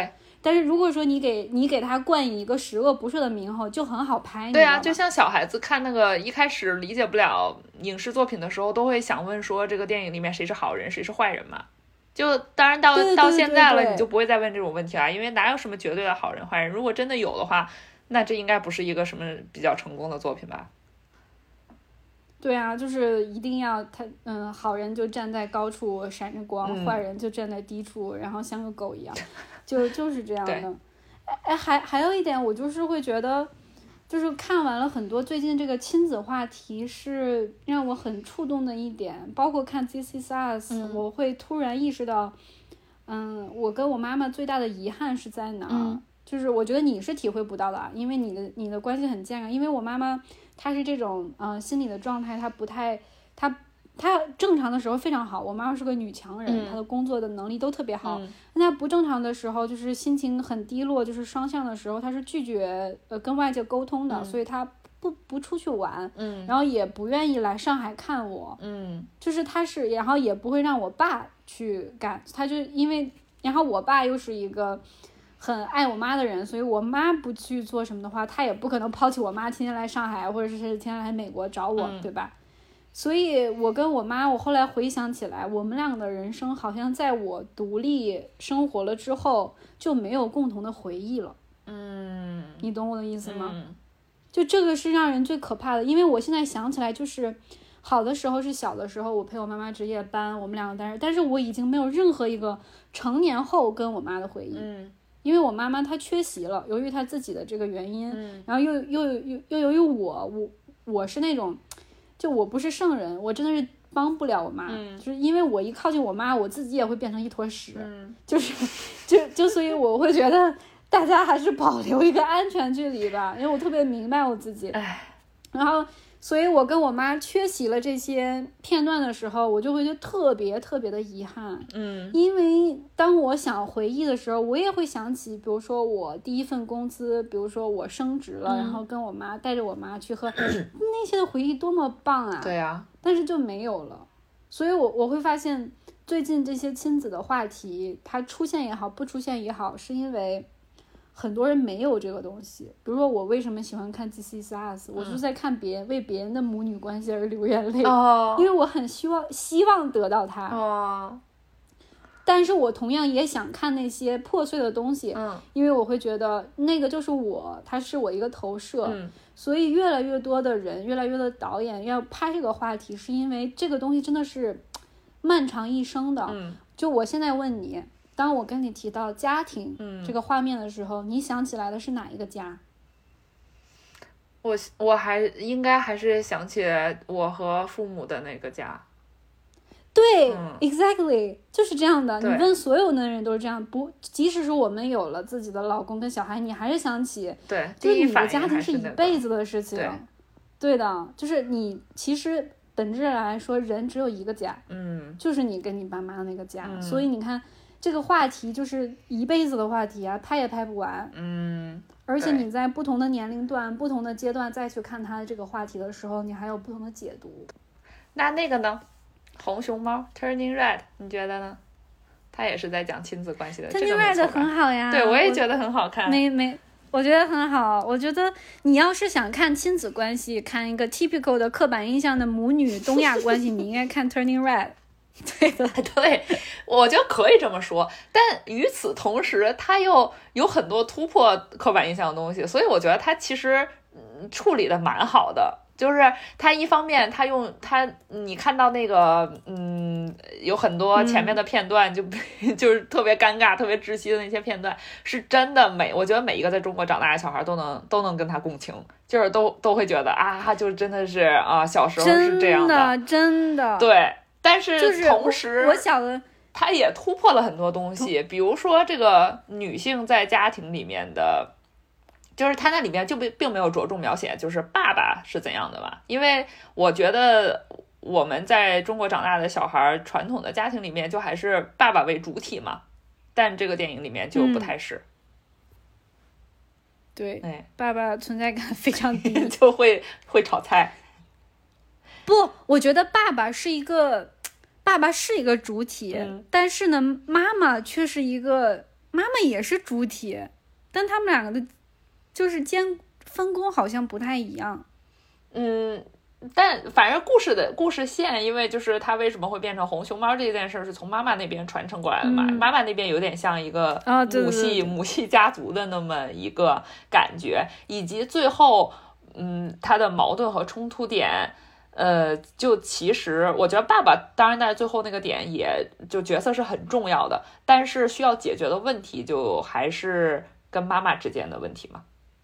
但是如果说你给你给他冠以一个十恶不赦的名号，就很好拍。 对啊，就像小孩子看那个一开始理解不了影视作品的时候，都会想问说这个电影里面谁是好人谁是坏人嘛。就当然到对对对到现在了， 对你就不会再问这种问题了，因为哪有什么绝对的好人坏人？如果真的有的话，那这应该不是一个什么比较成功的作品吧？ 对啊，就是一定要他嗯，好人就站在高处闪着光， 嗯、 坏人就站在低处，然后像个狗一样，就就是这样的。哎，还还有一点，我就是会觉得，就是看完了很多最近这个亲子话题，是让我很触动的一点，包括看《This Is Us》， 嗯， 我会突然意识到，嗯，我跟我妈妈最大的遗憾是在哪儿？ 嗯， 就是我觉得你是体会不到的，因为你的你的关系很健康，因为我妈妈她是这种嗯、呃、心理的状态，她不太她。她正常的时候非常好，我妈妈是个女强人， 嗯、 她的工作的能力都特别好。 嗯、 那她不正常的时候，就是心情很低落，就是双向的时候，她是拒绝呃跟外界沟通的， 嗯、 所以她不不出去玩， 嗯， 然后也不愿意来上海看我， 嗯， 就是她是，然后也不会让我爸去干，她就因为，然后我爸又是一个很爱我妈的人，所以我妈不去做什么的话，她也不可能抛弃我妈，天天来上海或者是天天来美国找我， 嗯、 对吧？所以我跟我妈，我后来回想起来，我们俩的人生好像在我独立生活了之后就没有共同的回忆了。 嗯， 你懂我的意思吗？ 嗯， 就这个是让人最可怕的，因为我现在想起来，就是好的时候是小的时候，我陪我妈妈值夜班，我们两个单人，但是我已经没有任何一个成年后跟我妈的回忆。 嗯， 因为我妈妈她缺席了，由于她自己的这个原因， 嗯， 然后又又又又由于我我我是那种。就我不是圣人，我真的是帮不了我妈， 嗯， 就是因为我一靠近我妈，我自己也会变成一坨屎， 嗯， 就是就就所以我会觉得大家还是保留一个安全距离吧，因为我特别明白我自己，然后所以我跟我妈缺席了这些片段的时候，我就会觉得特别特别的遗憾， 嗯， 因为当我想回忆的时候，我也会想起，比如说我第一份工资，比如说我升职了， 嗯、 然后跟我妈带着我妈去喝，那些的回忆多么棒啊！ 对啊， 但是就没有了，所以我我会发现最近这些亲子的话题，它出现也好，不出现也好，是因为很多人没有这个东西。比如说我为什么喜欢看 This Is Us， 我就在看别人、嗯、为别人的母女关系而流眼泪， 哦， 因为我很希望希望得到它。 哦， 但是我同样也想看那些破碎的东西， 嗯， 因为我会觉得那个就是我，它是我一个投射， 嗯， 所以越来越多的人，越来越多的导演要拍这个话题，是因为这个东西真的是漫长一生的。 嗯， 就我现在问你，当我跟你提到家庭这个画面的时候， 嗯， 你想起来的是哪一个家？ 我我还应该还是想起我和父母的那个家。 对， 嗯 exactly 就是这样的。你问所有的人都是这样，不，即使是我们有了自己的老公跟小孩，你还是想起， 对， 就是你的家庭是一辈子的事情。 对， 对的，就是你其实本质来说，人只有一个家， 嗯， 就是你跟你爸妈那个家。 嗯， 所以你看这个话题就是一辈子的话题啊，拍也拍不完。 嗯， 而且你在不同的年龄段、不同的阶段再去看它的这个话题的时候，你还有不同的解读。 那那个呢？红熊猫 Turning Red 你觉得呢？它也是在讲亲子关系的。 Turning Red 很好呀， 对，我也觉得很好看。 没没我觉得很好。我觉得你要是想看亲子关系，看一个 typical 的刻板印象的母女东亚关系，你应该看 Turning Red。 对的， 对，我就可以这么说。但与此同时，它又有很多突破刻板印象的东西，所以我觉得它其实嗯处理的蛮好的。就是他一方面他用他你看到那个嗯有很多前面的片段就、嗯、就是特别尴尬特别窒息的那些片段，是真的每我觉得每一个在中国长大的小孩都能都能跟他共情，就是都都会觉得啊就真的是啊小时候是这样的， 真的真的对。但是同时、 就是、我, 我小的他也突破了很多东西，比如说这个女性在家庭里面的，就是他那里面就并没有着重描写就是爸爸是怎样的吧，因为我觉得我们在中国长大的小孩传统的家庭里面就还是爸爸为主体嘛，但这个电影里面就不太是、嗯、 对、 哎， 爸爸存在感非常低就会会炒菜。 不，我觉得爸爸是一个爸爸是一个主体、嗯、但是呢妈妈却是一个妈妈也是主体，但他们两个的就是兼分工好像不太一样。 嗯，但反正故事的故事线，因为就是他为什么会变成红熊猫这件事是从妈妈那边传承过来的嘛， 嗯、 妈妈那边有点像一个母系、哦、 对对对对母系家族的那么一个感觉，以及最后嗯他的矛盾和冲突点。呃，就其实我觉得爸爸当然在最后那个点也就角色是很重要的，但是需要解决的问题就还是跟妈妈之间的问题嘛。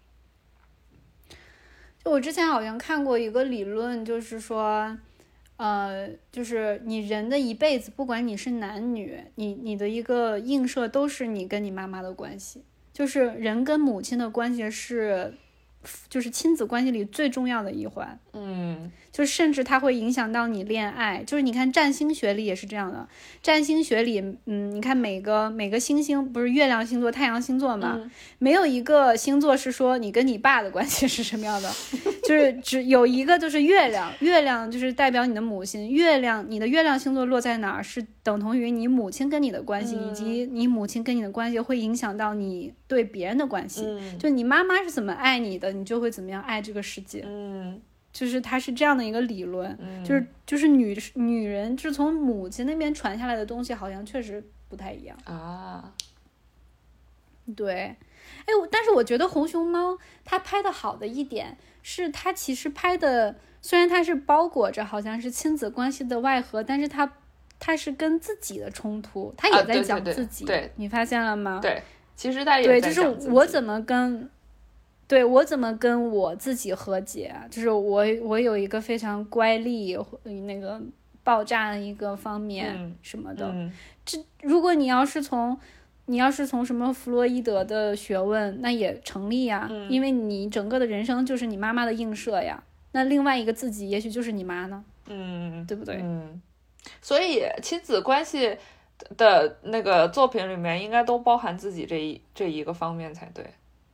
就我之前好像看过一个理论，就是说呃，就是你人的一辈子，不管你是男女，你你的一个映射都是你跟你妈妈的关系，就是人跟母亲的关系是就是亲子关系里最重要的一环。 嗯， 就甚至它会影响到你恋爱，就是你看占星学里也是这样的。占星学里，嗯，你看每个每个星星不是月亮星座、太阳星座嘛、嗯，没有一个星座是说你跟你爸的关系是什么样的，就是只有一个就是月亮，月亮就是代表你的母亲，月亮你的月亮星座落在哪儿是等同于你母亲跟你的关系、嗯，以及你母亲跟你的关系会影响到你对别人的关系。嗯，就你妈妈是怎么爱你的，你就会怎么样爱这个世界。 嗯。 就是它是这样的一个理论、 嗯、 就是就是女女人就是从母亲那边传下来的东西好像确实不太一样啊。 对，哎，但是我觉得红熊猫它拍的好的一点是它其实拍的，虽然它是包裹着好像是亲子关系的外核，但是它它是跟自己的冲突，它也在讲自己、 啊、对, 对, 对, 对你发现了吗？ 对，其实它也在讲自己。 对，就是我怎么跟对我怎么跟我自己和解啊？就是我我有一个非常乖戾那个爆炸的一个方面什么的。 嗯嗯、 这如果你要是从你要是从什么弗洛伊德的学问，那也成立呀、 嗯， 因为你整个的人生就是你妈妈的映射呀。那另外一个自己也许就是你妈呢， 嗯， 对不对？ 嗯，所以亲子关系的那个作品里面应该都包含自己这一这一个方面才对。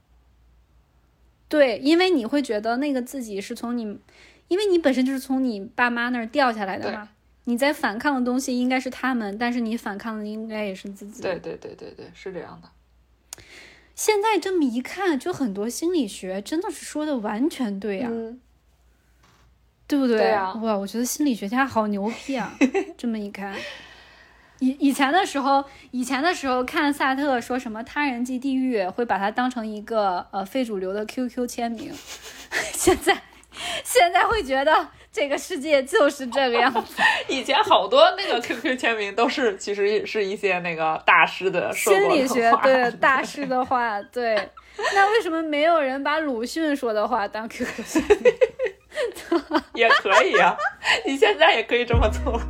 对，因为你会觉得那个自己是从你，因为你本身就是从你爸妈那儿掉下来的嘛，你在反抗的东西应该是他们，但是你反抗的应该也是自己。 对对对对对，是这样的。 现在这么一看，就很多心理学真的是说的完全对啊， 嗯、 对不对？ 对啊， 哇，我觉得心理学家好牛逼啊！这么一看。以以前的时候，以前的时候看萨特说什么他人即地狱，会把它当成一个呃非主流的 Q Q 签名。现在现在会觉得这个世界就是这个样子。 以前好多那个 Q Q 签名都是其实是一些那个大师的说过的话， 心理学对大师的话，对。那为什么没有人把鲁迅说的话当 Q Q 签名？ 也可以啊，你现在也可以这么做。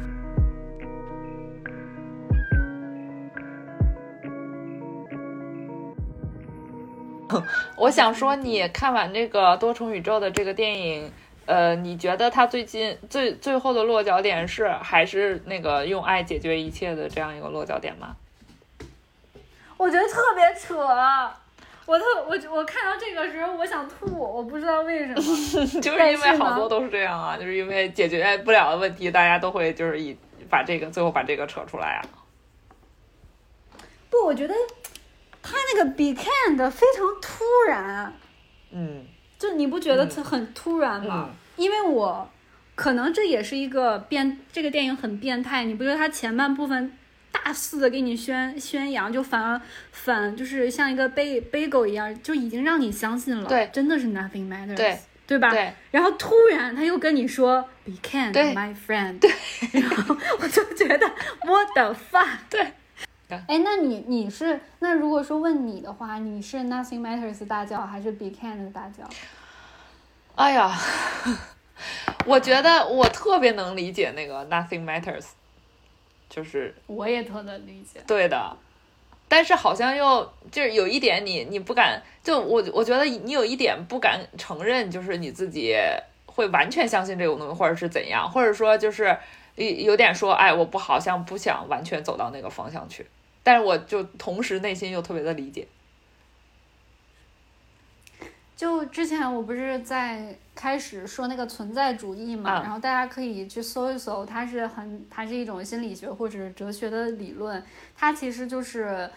我想说，你看完这个多重宇宙的这个电影，呃，你觉得它最近最最后的落脚点是还是那个用爱解决一切的这样一个落脚点吗？ 我觉得特别扯，我特我我看到这个时候我想吐，我不知道为什么， 就是因为好多都是这样啊，就是因为解决不了的问题，大家都会就是以把这个最后把这个扯出来啊。 不，我觉得。他那个 became 的非常突然， 嗯， 就你不觉得它很突然吗？ 嗯、 因为我可能这也是一个变，这个电影很变态，你不觉得它前半部分大肆的给你宣宣扬，就反而反就是像一个背背狗一样，就已经让你相信了， 对， 真的是 nothing matters， 对对吧？ 对。 然后突然他又跟你说 became my friend， 对， 然后我就觉得 what the fuck， 对。 哎，那你你是那如果说问你的话，你是 Nothing Matters 大叫还是 Became 的大叫？ 哎呀，我觉得我特别能理解那个 Nothing Matters， 就是我也特能理解。 对的，但是好像又就是有一点你你不敢，就我我觉得你有一点不敢承认，就是你自己会完全相信这种东西，或者是怎样，或者说就是有点说，哎，我不好像不想完全走到那个方向去。但是我就同时内心又特别的理解。 就之前我不是在开始说那个存在主义嘛、嗯、然后大家可以去搜一搜，它是很它是一种心理学或者哲学的理论，它其实就是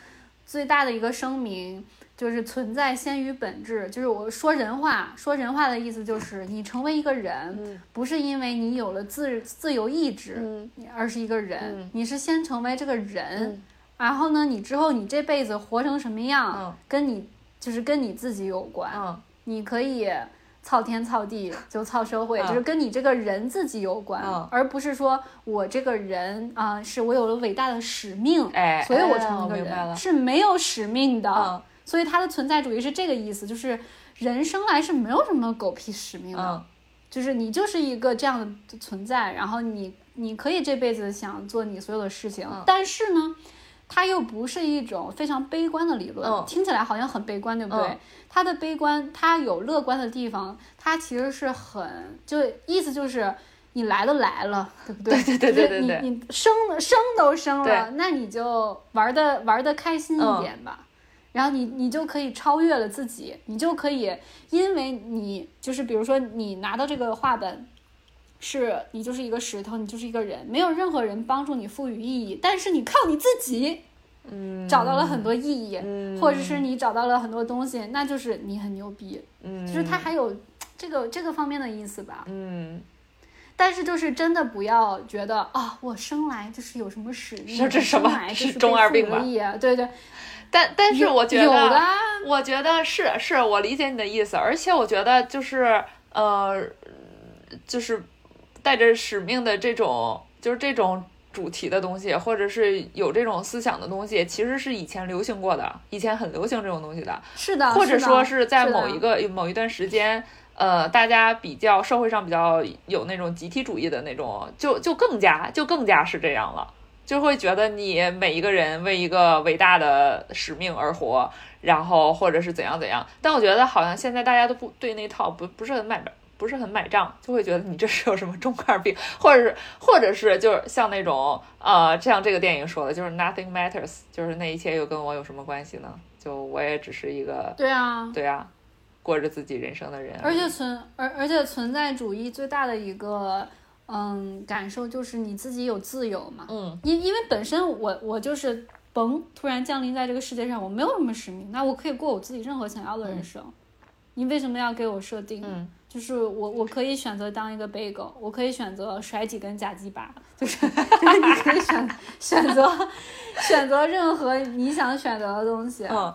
最大的一个声明就是存在先于本质，就是我说人话，说人话的意思就是你成为一个人， 嗯、 不是因为你有了自自由意志， 嗯、 而是一个人、 嗯， 你是先成为这个人， 嗯、 然后呢，你之后你这辈子活成什么样， 嗯、 跟你就是跟你自己有关， 嗯、 你可以操天操地就操社会、 嗯、 就是跟你这个人自己有关、 嗯、 而不是说我这个人啊、呃，是我有了伟大的使命， 哎， 所以我成一个人、 哎、 是没有使命的、 嗯、 所以他的存在主义是这个意思，就是人生来是没有什么狗屁使命的、 嗯、 就是你就是一个这样的存在，然后你你可以这辈子想做你所有的事情、 嗯、 但是呢它又不是一种非常悲观的理论、 嗯、 听起来好像很悲观，对不对、嗯、它的悲观它有乐观的地方，它其实是很就意思就是你来都来了，对不对？ 对对对对对， 你你生生都生了，那你就玩的玩的开心一点吧、嗯、然后你你就可以超越了自己，你就可以因为你就是比如说你拿到这个画本，是你就是一个石头，你就是一个人，没有任何人帮助你赋予意义，但是你靠你自己嗯找到了很多意义、 嗯、 或者是你找到了很多东西，那就是你很牛逼， 嗯， 就是它还有这个这个方面的意思吧， 嗯， 但是就是真的不要觉得啊、哦，我生来就是有什么使命， 这什么是中二病吗？ 对对， 但但是我觉得有的， 我觉得是是我理解你的意思，而且我觉得就是呃，就是带着使命的这种，就是这种主题的东西，或者是有这种思想的东西，其实是以前流行过的，以前很流行这种东西的， 是的， 或者说是在是某一个某一段时间。呃，大家比较社会上比较有那种集体主义的那种，就就更加就更加是这样了，就会觉得你每一个人为一个伟大的使命而活，然后或者是怎样怎样。但我觉得好像现在大家都不对那套不不是很买不是很买账，就会觉得你这是有什么中二病，或者是或者是就是像那种呃，像这个电影说的，就是 nothing matters， 就是那一切又跟我有什么关系呢？就我也只是一个对啊对啊。过着自己人生的人， 而且存而而且存在主义最大的一个嗯感受就是你自己有自由嘛， 嗯， 因因为本身我我就是嘣突然降临在这个世界上，我没有什么使命，那我可以过我自己任何想要的人生，嗯、你为什么要给我设定？ 嗯， 就是我我可以选择当一个 bagel， 我可以选择甩几根假鸡巴，就是就是你可以选选择选择任何你想选择的东西， 嗯。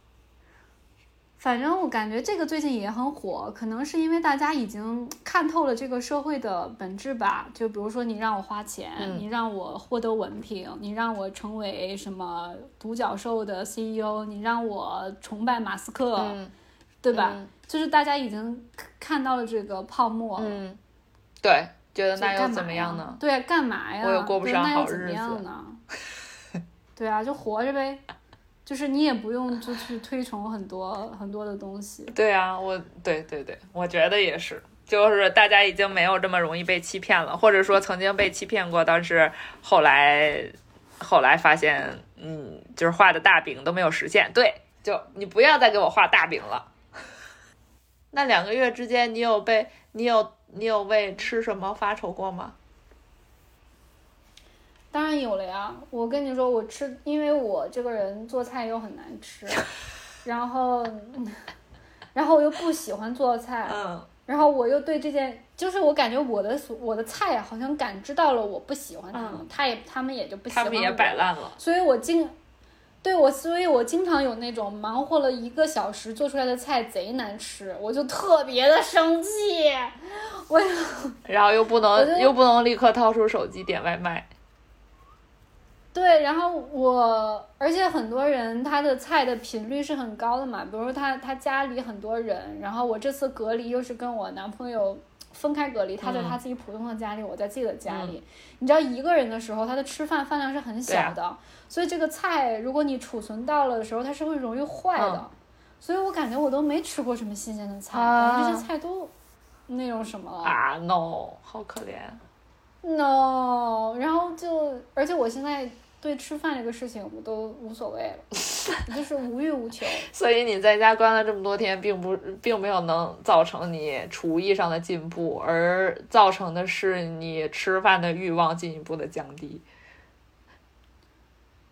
反正我感觉这个最近也很火，可能是因为大家已经看透了这个社会的本质吧。就比如说你让我花钱、 嗯、 你让我获得文凭，你让我成为什么独角兽的 C E O， 你让我崇拜马斯克、 嗯、 对吧、 嗯、 就是大家已经看到了这个泡沫， 嗯，对，觉得那又怎么样呢？ 对，干嘛呀？ 我又过不上好日子， 那又怎么样呢？对啊，就活着呗。就是你也不用就去推崇很多很多的东西。 对啊，我对对对，我觉得也是，就是大家已经没有这么容易被欺骗了，或者说曾经被欺骗过，但是后来后来发现，嗯，就是画的大饼都没有实现。对，就你不要再给我画大饼了。那两个月之间，你有被你有你有为吃什么发愁过吗？ 当然有了呀，我跟你说，我吃，因为我这个人做菜又很难吃，然后，然后我又不喜欢做菜， 嗯， 然后我又对这件，就是我感觉我的我的菜好像感知到了我不喜欢他们， 嗯、 他也他们也就不喜欢我， 他们也摆烂了， 所以我经，对我，所以我经常有那种忙活了一个小时做出来的菜贼难吃，我就特别的生气，我， 然后又不能又不能立刻掏出手机点外卖。 对，然后我，而且很多人他的菜的频率是很高的嘛，比如说他他家里很多人，然后我这次隔离又是跟我男朋友分开隔离，他在他自己普通的家里，嗯、我在自己的家里，嗯、你知道一个人的时候，他的吃饭饭量是很小的，啊、所以这个菜如果你储存到了的时候，它是会容易坏的，嗯、所以我感觉我都没吃过什么新鲜的菜，啊、这些菜都那种什么了啊 ，no， 好可怜 ，no， 然后就而且我现在。对吃饭这个事情我都无所谓了，就是无欲无求。 所以你在家关了这么多天，并不并没有能造成你厨艺上的进步，而造成的是你吃饭的欲望进一步的降低。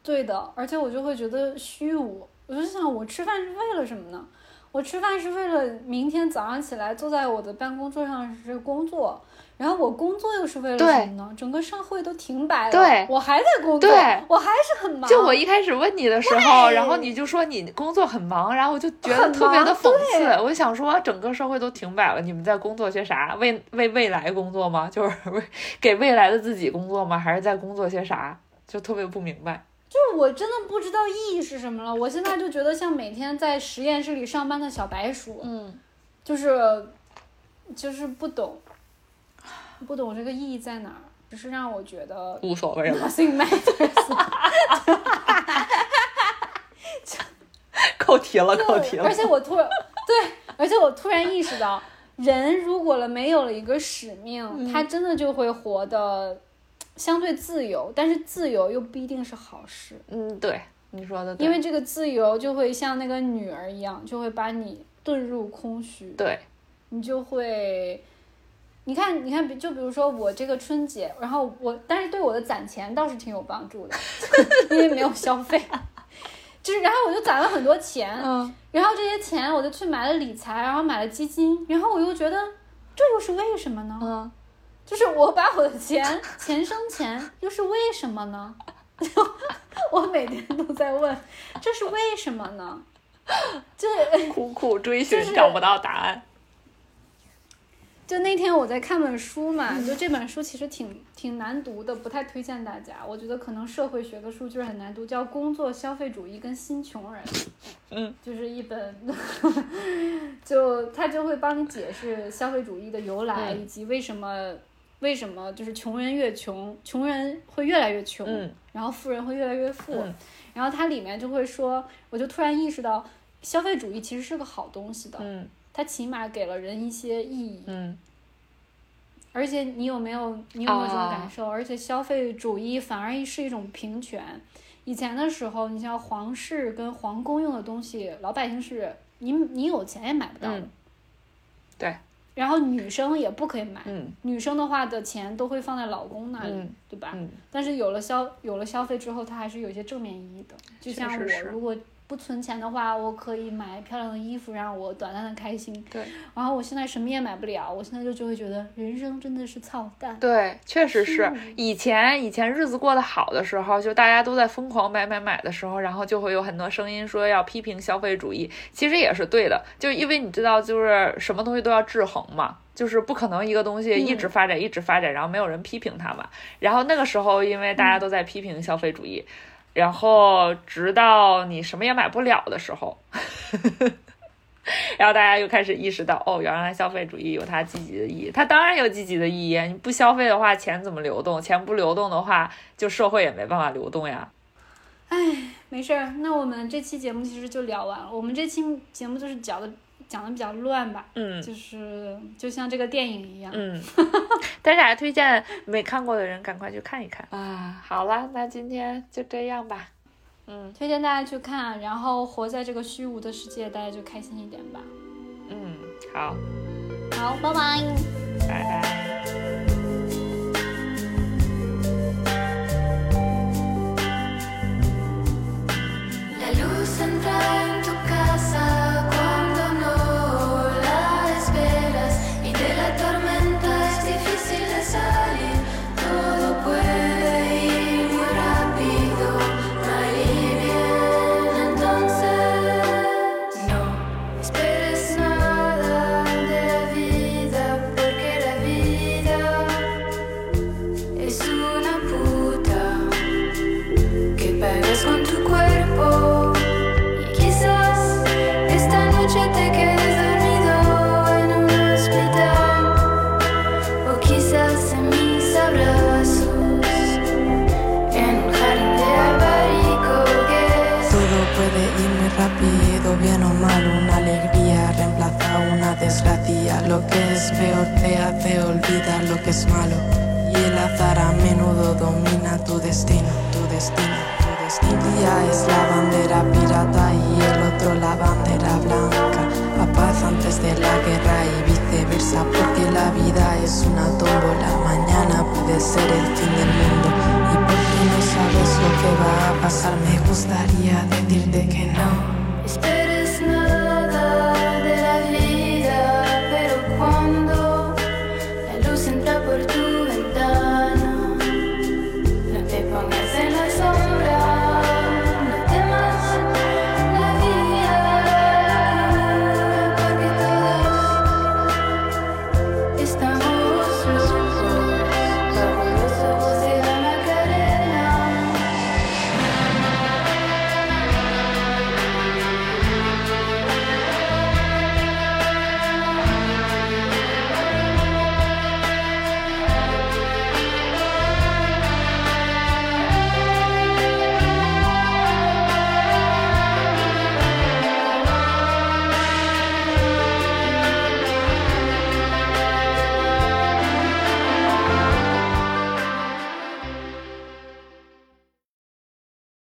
对的，而且我就会觉得虚无。我就想，我吃饭是为了什么呢？我吃饭是为了明天早上起来坐在我的办公桌上是工作，然后我工作又是为了什么呢？整个社会都停摆了， 对， 我还在工作， 对， 我还是很忙。 就我一开始问你的时候，然后你就说你工作很忙，然后我就觉得特别的讽刺。我就想说，整个社会都停摆了，你们在工作些啥？为为未来工作吗？就是为给未来的自己工作吗？还是在工作些啥？就特别不明白。 就是我真的不知道意义是什么了。我现在就觉得像每天在实验室里上班的小白鼠， 嗯， 就是就是不懂，不懂这个意义在哪儿，只是让我觉得无所谓了。 Nothing matters 扣题了，扣题了。 而且我突然对，而且我突然意识到，人如果了没有了一个使命，嗯、他真的就会活得相对自由，但是自由又不一定是好事。 嗯，对，你说的对。 因为这个自由就会像那个女儿一样，就会把你遁入空虚。 对， 你就会，你看，你看，就比如说我这个春节，然后我，但是对我的攒钱倒是挺有帮助的，因为没有消费。就是，然后我就攒了很多钱， 嗯， 然后这些钱我就去买了理财，然后买了基金，然后我又觉得这又是为什么呢？ 嗯。 就是我把我的钱钱生钱，又是为什么呢？我每天都在问，这是为什么呢？就苦苦追寻、就是、找不到答案。 就那天我在看本书嘛，嗯、就这本书其实挺挺难读的，不太推荐大家。我觉得可能社会学的书就是很难读，叫《工作消费主义跟新穷人》。 嗯， 就是一本，就他就会帮你解释消费主义的由来，嗯、以及为什么。为什么就是穷人越穷，穷人会越来越穷， 嗯、 然后富人会越来越富， 嗯、 然后它里面就会说，我就突然意识到，消费主义其实是个好东西的， 嗯、 它起码给了人一些意义， 嗯、 而且你有没有你有没有这种感受？哦、而且消费主义反而是一种平权。以前的时候，你像皇室跟皇宫用的东西，老百姓是你你有钱也买不到的， 嗯、对。 然后女生也不可以买， 嗯、 女生的话的钱都会放在老公那里， 嗯、 对吧？ 嗯、 但是有了消有了消费之后，它还是有一些正面意义的。就像我如果不存钱的话，我可以买漂亮的衣服让我短暂的开心。 对。 然后我现在什么也买不了，我现在就就会觉得人生真的是操蛋。 对，确实是。以前以前日子过得好的时候，就大家都在疯狂买买买的时候，然后就会有很多声音说要批评消费主义，其实也是对的，就因为你知道，就是什么东西都要制衡嘛。就是不可能一个东西一直发展、嗯、一直发展，然后没有人批评它嘛。然后那个时候，因为大家都在批评消费主义，嗯、然后直到你什么也买不了的时候，然后大家又开始意识到，哦，原来消费主义有它积极的意义。它当然有积极的意义，你不消费的话，钱怎么流动？钱不流动的话，就社会也没办法流动呀。 哎，没事儿，那我们这期节目其实就聊完了。我们这期节目就是讲的。讲的比较乱吧， 嗯， 就是就像这个电影一样， 嗯，但是还推荐没看过的人赶快去看一看啊。好了，那今天就这样吧，嗯， 推荐大家去看，然后活在这个虚无的世界，大家就开心一点吧。 嗯，好， 好，拜拜， 拜拜。 Bien o mal, una alegría reemplaza una desgracia. Lo que es peor te hace olvidar lo que es malo. Y el azar a menudo domina tu destino, tu destino, tu destino. Un día es la bandera pirata y el otro la bandera blanca. A paz antes de la guerra y viceversa, porque la vida es una tómbola. Mañana